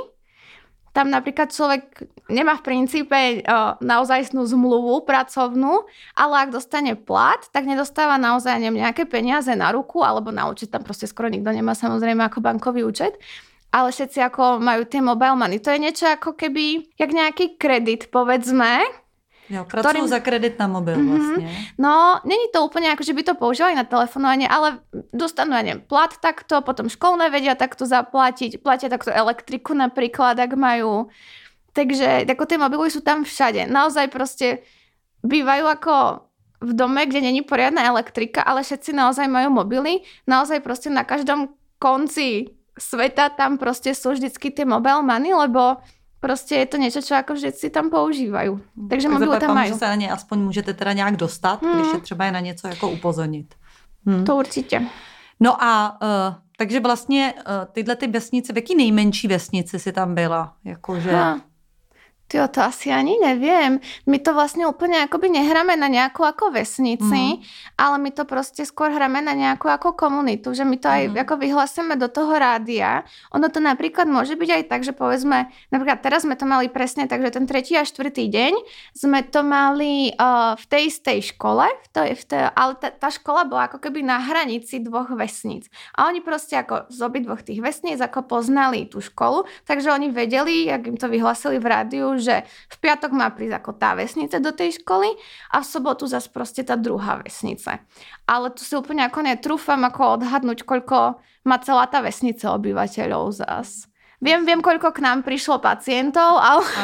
Tam napríklad človek nemá v princípe naozajstnú zmluvu pracovnú, ale ak dostane plat, tak nedostáva naozaj nejaké peniaze na ruku alebo na účet. Tam proste skoro nikto nemá samozrejme ako bankový účet. Ale všetci ako majú tie mobile money. To je niečo ako keby, jak nejaký kredit, povedzme. Jo, pracujú za kredit na mobil vlastne. No, není to úplne ako, že by to používali na telefonovanie, ale dostanú, ja neviem, plat takto, potom školné vedia takto zaplatiť, platia takto elektriku napríklad, ak majú. Takže ako tie mobily sú tam všade. Naozaj proste bývajú ako v dome, kde není poriadna elektrika, ale všetci naozaj majú mobily. Naozaj proste na každom konci sveta tam proste sú vždycky tie mobile money, lebo prostě je to něco, čo jako vždycky tam používají. Takže mobily tam mají. Že se na ně aspoň můžete teda nějak dostat, když je třeba je na něco jako upozornit. To určitě. No a takže vlastně tyhle ty vesnice, v jaký nejmenší vesnici si tam byla? Jakože... Tyjo, to asi ani neviem. My to vlastne úplne akoby nehráme na nejakú ako vesnici, ale my to proste skôr hráme na nejakú ako komunitu, že my to aj ako vyhlasíme do toho rádia. Ono to napríklad môže byť aj tak, že povedzme, napríklad teraz sme to mali presne tak, že ten 3. a 4. deň sme to mali v tej istej škole, ale tá škola bola ako keby na hranici dvoch vesníc. A oni proste ako z obidvoch tých vesníc ako poznali tú školu, takže oni vedeli, jak im to vyhlasili v rádiu, že v piatok má prísť ako tá vesnica do tej školy a v sobotu zase proste tá druhá vesnica. Ale tu si úplne ako netrúfam ako odhadnúť, koľko má celá tá vesnica obyvateľov zas. Viem, koľko k nám prišlo pacientov,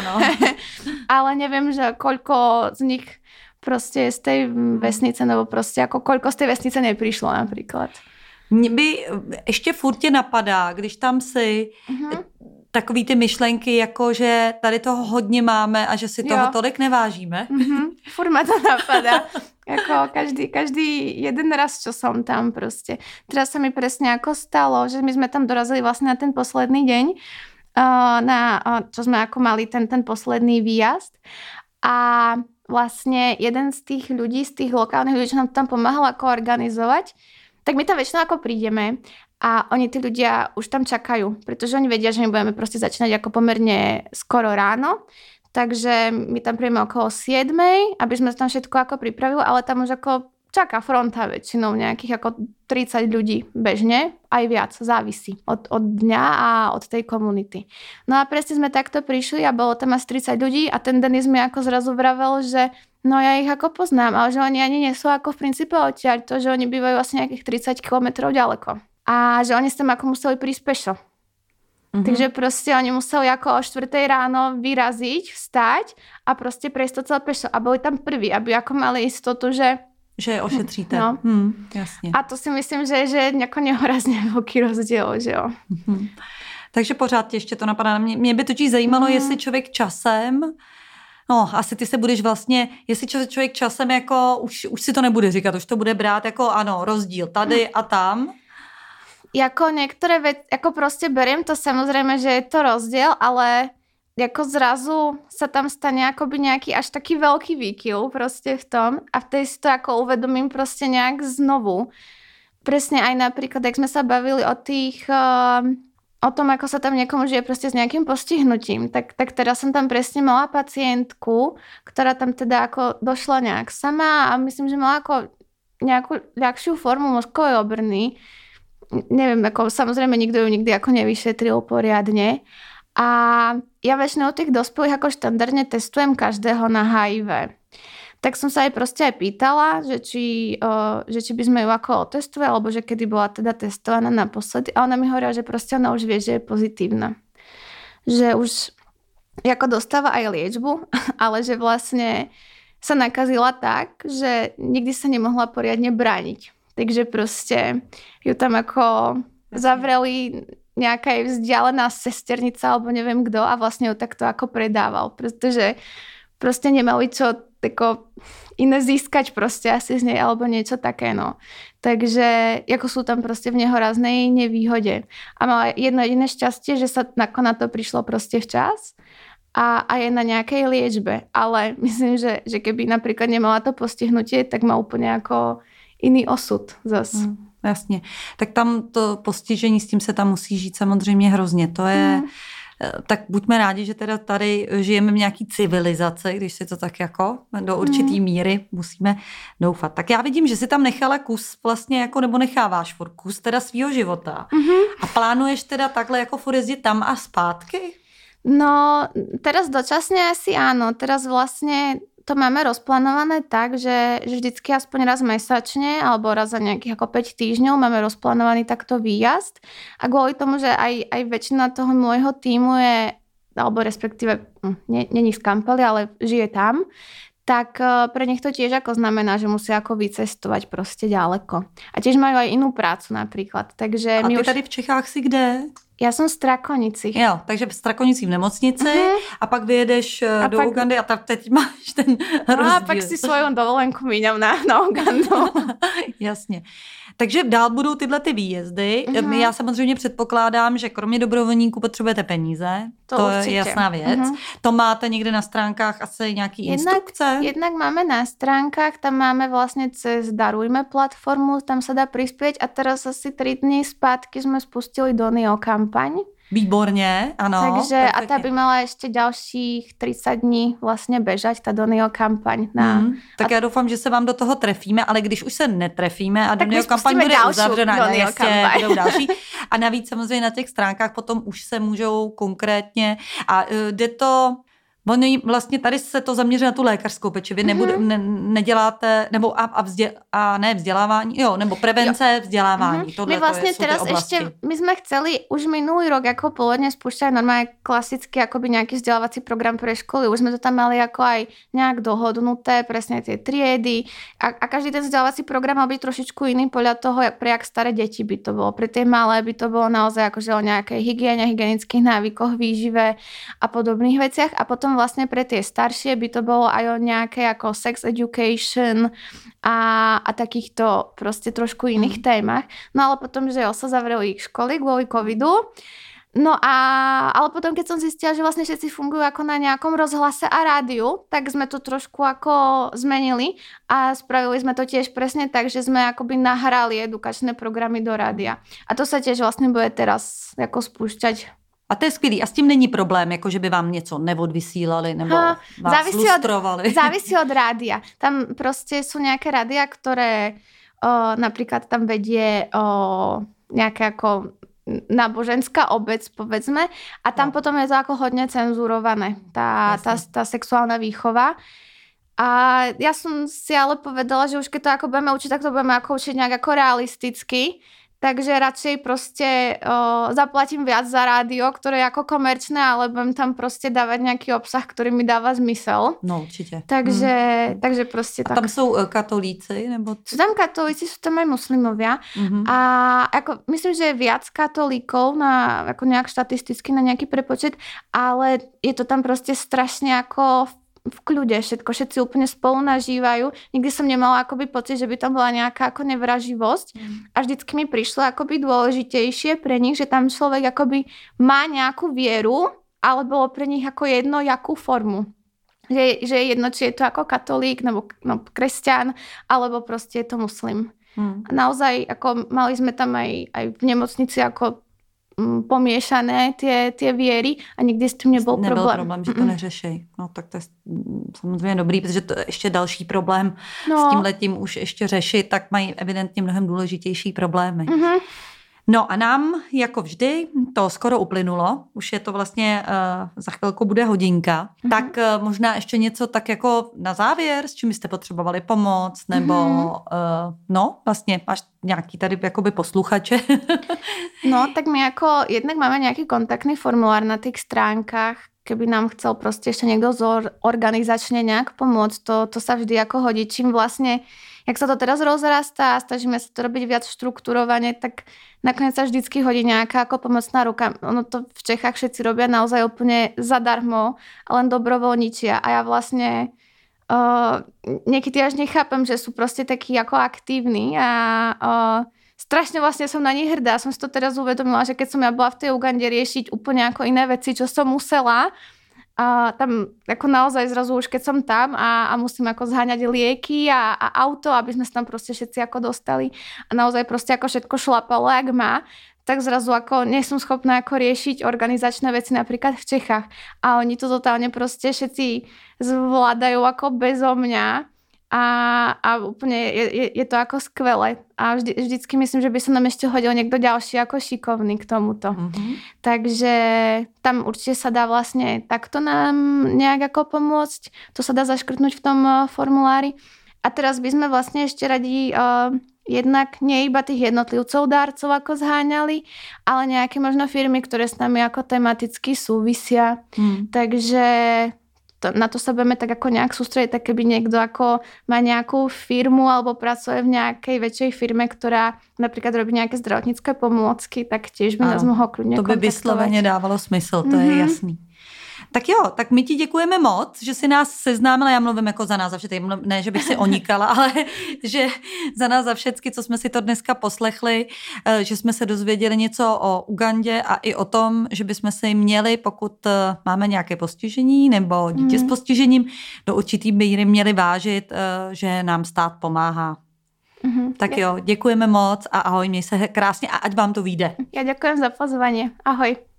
ale neviem, že koľko z nich proste z tej vesnice, nebo proste ako koľko z tej vesnice neprišlo napríklad. Mě by ještě furt tě napadá, když tam si takový ty myšlenky, jako že tady toho hodně máme a že si toho tolik nevážíme. Furt ma to napadá. Jako každý jeden raz, čo som tam proste. Teraz sa mi presne ako stalo, že my sme tam dorazili vlastne na ten posledný deň, čo sme ako mali ten posledný výjazd. A vlastne jeden z tých ľudí, z tých lokálnych ľudí, čo nám tam pomáhal ako organizovať, tak my tam väčšinou ako prídeme a oni, tí ľudia, už tam čakajú, pretože oni vedia, že my budeme proste začínať ako pomerne skoro ráno, takže my tam príjeme okolo 7, aby sme tam všetko ako pripravili, ale tam už ako čaká fronta väčšinou nejakých ako 30 ľudí bežne, aj viac, závisí od dňa a od tej komunity. No a presne sme takto prišli a bolo tam asi 30 ľudí a ten Denis mi ako zrazu vravel, že no ja ich ako poznám, ale že oni ani nie sú ako v princípe odtiaľ, to, že oni bývajú asi nejakých 30 kilometrov ďaleko. A že oni s tým ako museli prísť pešo. Takže proste oni museli ako o 4 ráno vyraziť, vstať a proste prejsť to celé pešo. A boli tam prví, aby ako mali istotu, že je ošetříte. No. Jasně. A to si myslím, že je jako nehorazně velký rozdíl, že jo. Takže pořád tě ještě to napadá. Mě by totiž zajímalo, jestli člověk časem, no asi ty se budeš vlastně, jestli člověk časem jako už si to nebude říkat, už to bude brát jako ano, rozdíl tady a tam. Jako niektoré veci, ako proste beriem to samozrejme, že je to rozdiel, ale ako zrazu sa tam stane akoby nejaký až taký veľký výkyv proste v tom a vtedy si to ako uvedomím proste nejak znovu. Presne aj napríklad, jak sme sa bavili o tom, ako sa tam niekomu žije proste s nejakým postihnutím, tak teraz som tam presne mala pacientku, ktorá tam teda ako došla nejak sama a myslím, že mala ako nejakú ľahšiu formu mozkovej obrny. Neviem, ako samozrejme nikto ju nikdy ako nevyšetril poriadne. A ja väčšinou tých dospelých ako štandardne testujem každého na HIV. Tak som sa aj proste aj pýtala, že či by sme ju ako otestovali, alebo že kedy bola teda testovaná naposledy. A ona mi hovorila, že proste ona už vie, že je pozitívna. Že už ako dostáva aj liečbu, ale že vlastne sa nakazila tak, že nikdy sa nemohla poriadne brániť. Takže proste ju tam ako zavreli nejaká jej vzdialená sesternica alebo neviem kto a vlastne ju takto ako predával, pretože proste nemali čo tako iné získať proste asi z nej alebo niečo také, no. Takže ako sú tam proste v nehoraznej nevýhode. A mala jedno jediné šťastie, že sa na to prišlo proste včas a je na nejakej liečbe. Ale myslím, že keby napríklad nemala to postihnutie, tak má úplne ako iný osud zas. Jasně. Tak tam to postižení, s tím se tam musí žít samozřejmě hrozně. To je, tak buďme rádi, že teda tady žijeme v nějaký civilizaci, když si to tak jako do určitý míry musíme doufat. Tak já vidím, že si tam nechala kus vlastně jako, nebo necháváš furt kus teda svýho života. A plánuješ teda takhle jako furt jezdit tam a zpátky? No, teraz dočasne asi áno. Teraz vlastne to máme rozplánované tak, že vždycky aspoň raz mesačne alebo raz za nejakých ako 5 týždňov máme rozplánovaný takto výjazd. A kvôli tomu, že aj väčšina toho môjho tímu je, alebo respektíve není z Kampely, ale žije tam, tak pre nich to tiež ako znamená, že musia ako vycestovať proste ďaleko. A tiež majú aj inú prácu napríklad. Takže a ty tady v Čechách si kde? Já jsem v Strakonicích. Jo, takže v Strakonicích v nemocnici a pak vyjedeš do Ugandy a teď máš ten rozdíl. A pak si svou dovolenku míňam na Ugandu. Jasně. Takže dál budou tyhle ty výjezdy. Já samozřejmě předpokládám, že kromě dobrovolníků potřebujete peníze. To je jasná věc. To máte někde na stránkách asi nějaký instrukce? Jednak máme na stránkách, tam máme vlastně cez Darujme platformu, tam sa dá prispieť a teraz asi 3 dny zpátky jsme spustili Donio kampaň. Výborně, ano. Takže perfektně. A ta by mala ještě dalších 30 dní vlastně bežať, ta Donio kampaň. Tak já doufám, že se vám do toho trefíme, ale když už se netrefíme a Donio kampaň bude uzavřena, budou další. A navíc samozřejmě na těch stránkách potom už se můžou konkrétně a jde to... Oni vlastně tady se to zaměří na tu lékařskou péči. Vy neděláte, nebo ne vzdělávání, nebo prevence, vzdělávání. My vlastně teraz ešte, my sme chceli už minulý rok ako pôvodne spúšťať normálne klasicky akoby nejaký vzdelávací program pre školy. Už sme to tam mali ako aj nejak dohodnuté, presne tie triedy. A každý ten vzdelávací program mal byť trošičku iný podľa toho, pre jak staré deti by to bolo. Pre tie malé by to bolo naozaj akože o nejakej hygiene, hygienických návykoch, výžive a podobných veciach. A potom vlastne pre tie staršie by to bolo aj o nejaké ako sex education a takýchto proste trošku iných témach. No ale potom, že sa zavreli ich školy kvôli covidu. No ale potom, keď som zistila, že vlastne všetci fungujú ako na nejakom rozhlase a rádiu, tak sme to trošku ako zmenili a spravili sme to tiež presne tak, že sme akoby nahrali edukačné programy do rádia. A to sa tiež vlastne bude teraz ako spúšťať. A to je skvělý. A s tím není problém, jako že by vám něco neodvysílali nebo vás lustrovali. Závisí od rádia. Tam prostě sú nejaké rádia, ktoré napríklad tam vedie nejaké ako náboženská obec, povedzme. A tam potom je to ako hodne cenzurované. Tá sexuálna výchova. A ja som si ale povedala, že už keď to ako budeme učiť, tak to budeme ako učiť nejak ako realisticky. Takže radšej proste zaplatím viac za rádio, ktoré je ako komerčné, ale budem tam proste dávať nejaký obsah, ktorý mi dáva zmysel. No určite. Takže proste tak. A tam sú katolíci? Nebo... Sú tam katolíci, sú tam aj muslimovia. A ako, myslím, že je viac katolíkov na, ako nejak štatisticky na nejaký prepočet, ale je to tam proste strašne ako v kľude všetko, všetci úplne spolu nažívajú. Nikdy som nemala akoby pocit, že by tam bola nejaká ako nevraživosť. A vždycky mi prišlo akoby dôležitejšie pre nich, že tam človek akoby má nejakú vieru, ale bolo pre nich ako jedno, jakú formu. Že je jedno, či je to ako katolík, nebo kresťan, alebo proste je to muslim. A naozaj, ako mali sme tam aj v nemocnici ako pomiešané tie viery a nikdy s tím nebyl problém. Nebyl problém, že to neřešej. No tak to je samozřejmě dobrý, protože to je ještě další problém s tímhletím už ještě řešit, tak mají evidentně mnohem důležitější problémy. No a nám, jako vždy, to skoro uplynulo. Už je to vlastně, za chvilku bude hodinka. Tak možná ještě něco tak jako na závěr, s čím byste potřebovali pomoc, nebo vlastně máš nějaký tady jakoby posluchače. No, tak my jako jednak máme nějaký kontaktný formulár na těch stránkách, keby nám chcel prostě ještě někdo organizačně nějak pomoct, to sa vždy jako hodí. Čím vlastně, jak sa to teraz rozrastá a snažíme sa to robiť viac štrukturovaně, tak nakoniec sa vždycky hodí nějaká jako pomocná ruka. Ono to v Čechách všetci robia naozaj úplne zadarmo, len dobrovoľničia. A ja vlastne niekedy až nechápem, že sú prostě takí jako aktívni a strašne vlastne som na nich hrdá. Som si to teraz uvedomila, že keď som ja bola v tej Ugande riešiť úplne ako iné veci, čo som musela, a tam ako naozaj zrazu už keď som tam a musím ako zháňať lieky a auto, aby sme sa tam proste všetci ako dostali a naozaj proste ako všetko šlapalo, jak má, tak zrazu ako nie som schopná ako riešiť organizačné veci napríklad v Čechách. A oni to totálne proste všetci zvládajú ako bezo mňa. A úplne je to ako skvelé. A vždycky myslím, že by sa nám ešte hodil niekto ďalší ako šikovný k tomuto. Takže tam určite sa dá vlastne takto nám nejak ako pomôcť. To sa dá zaškrtnúť v tom formulári. A teraz by sme vlastne ešte radi jednak nie iba tých jednotlivcov dárcov ako zháňali, ale nejaké možno firmy, ktoré s nami ako tematicky súvisia. Takže na to sa budeme tak ako nejak sústrediť, tak keby niekto ako má nejakú firmu alebo pracuje v nejakej väčšej firme, ktorá napríklad robí nejaké zdravotnické pomôcky, tak tiež by nás mohol kľudne kontaktovať. To by vysloveně dávalo smysl, to je jasný. Tak jo, tak my ti děkujeme moc, že jsi nás seznámila, já mluvím jako za nás za všechny, ne, že bych si onikala, ale že za nás za všechny, co jsme si to dneska poslechli, že jsme se dozvěděli něco o Ugandě a i o tom, že bychom si měli, pokud máme nějaké postižení nebo dítě s postižením, do určitý míry měli vážit, že nám stát pomáhá. Tak jo, děkujeme moc a ahoj, měj se krásně a ať vám to vyjde. Ja ďakujem za pozvanie. Ahoj.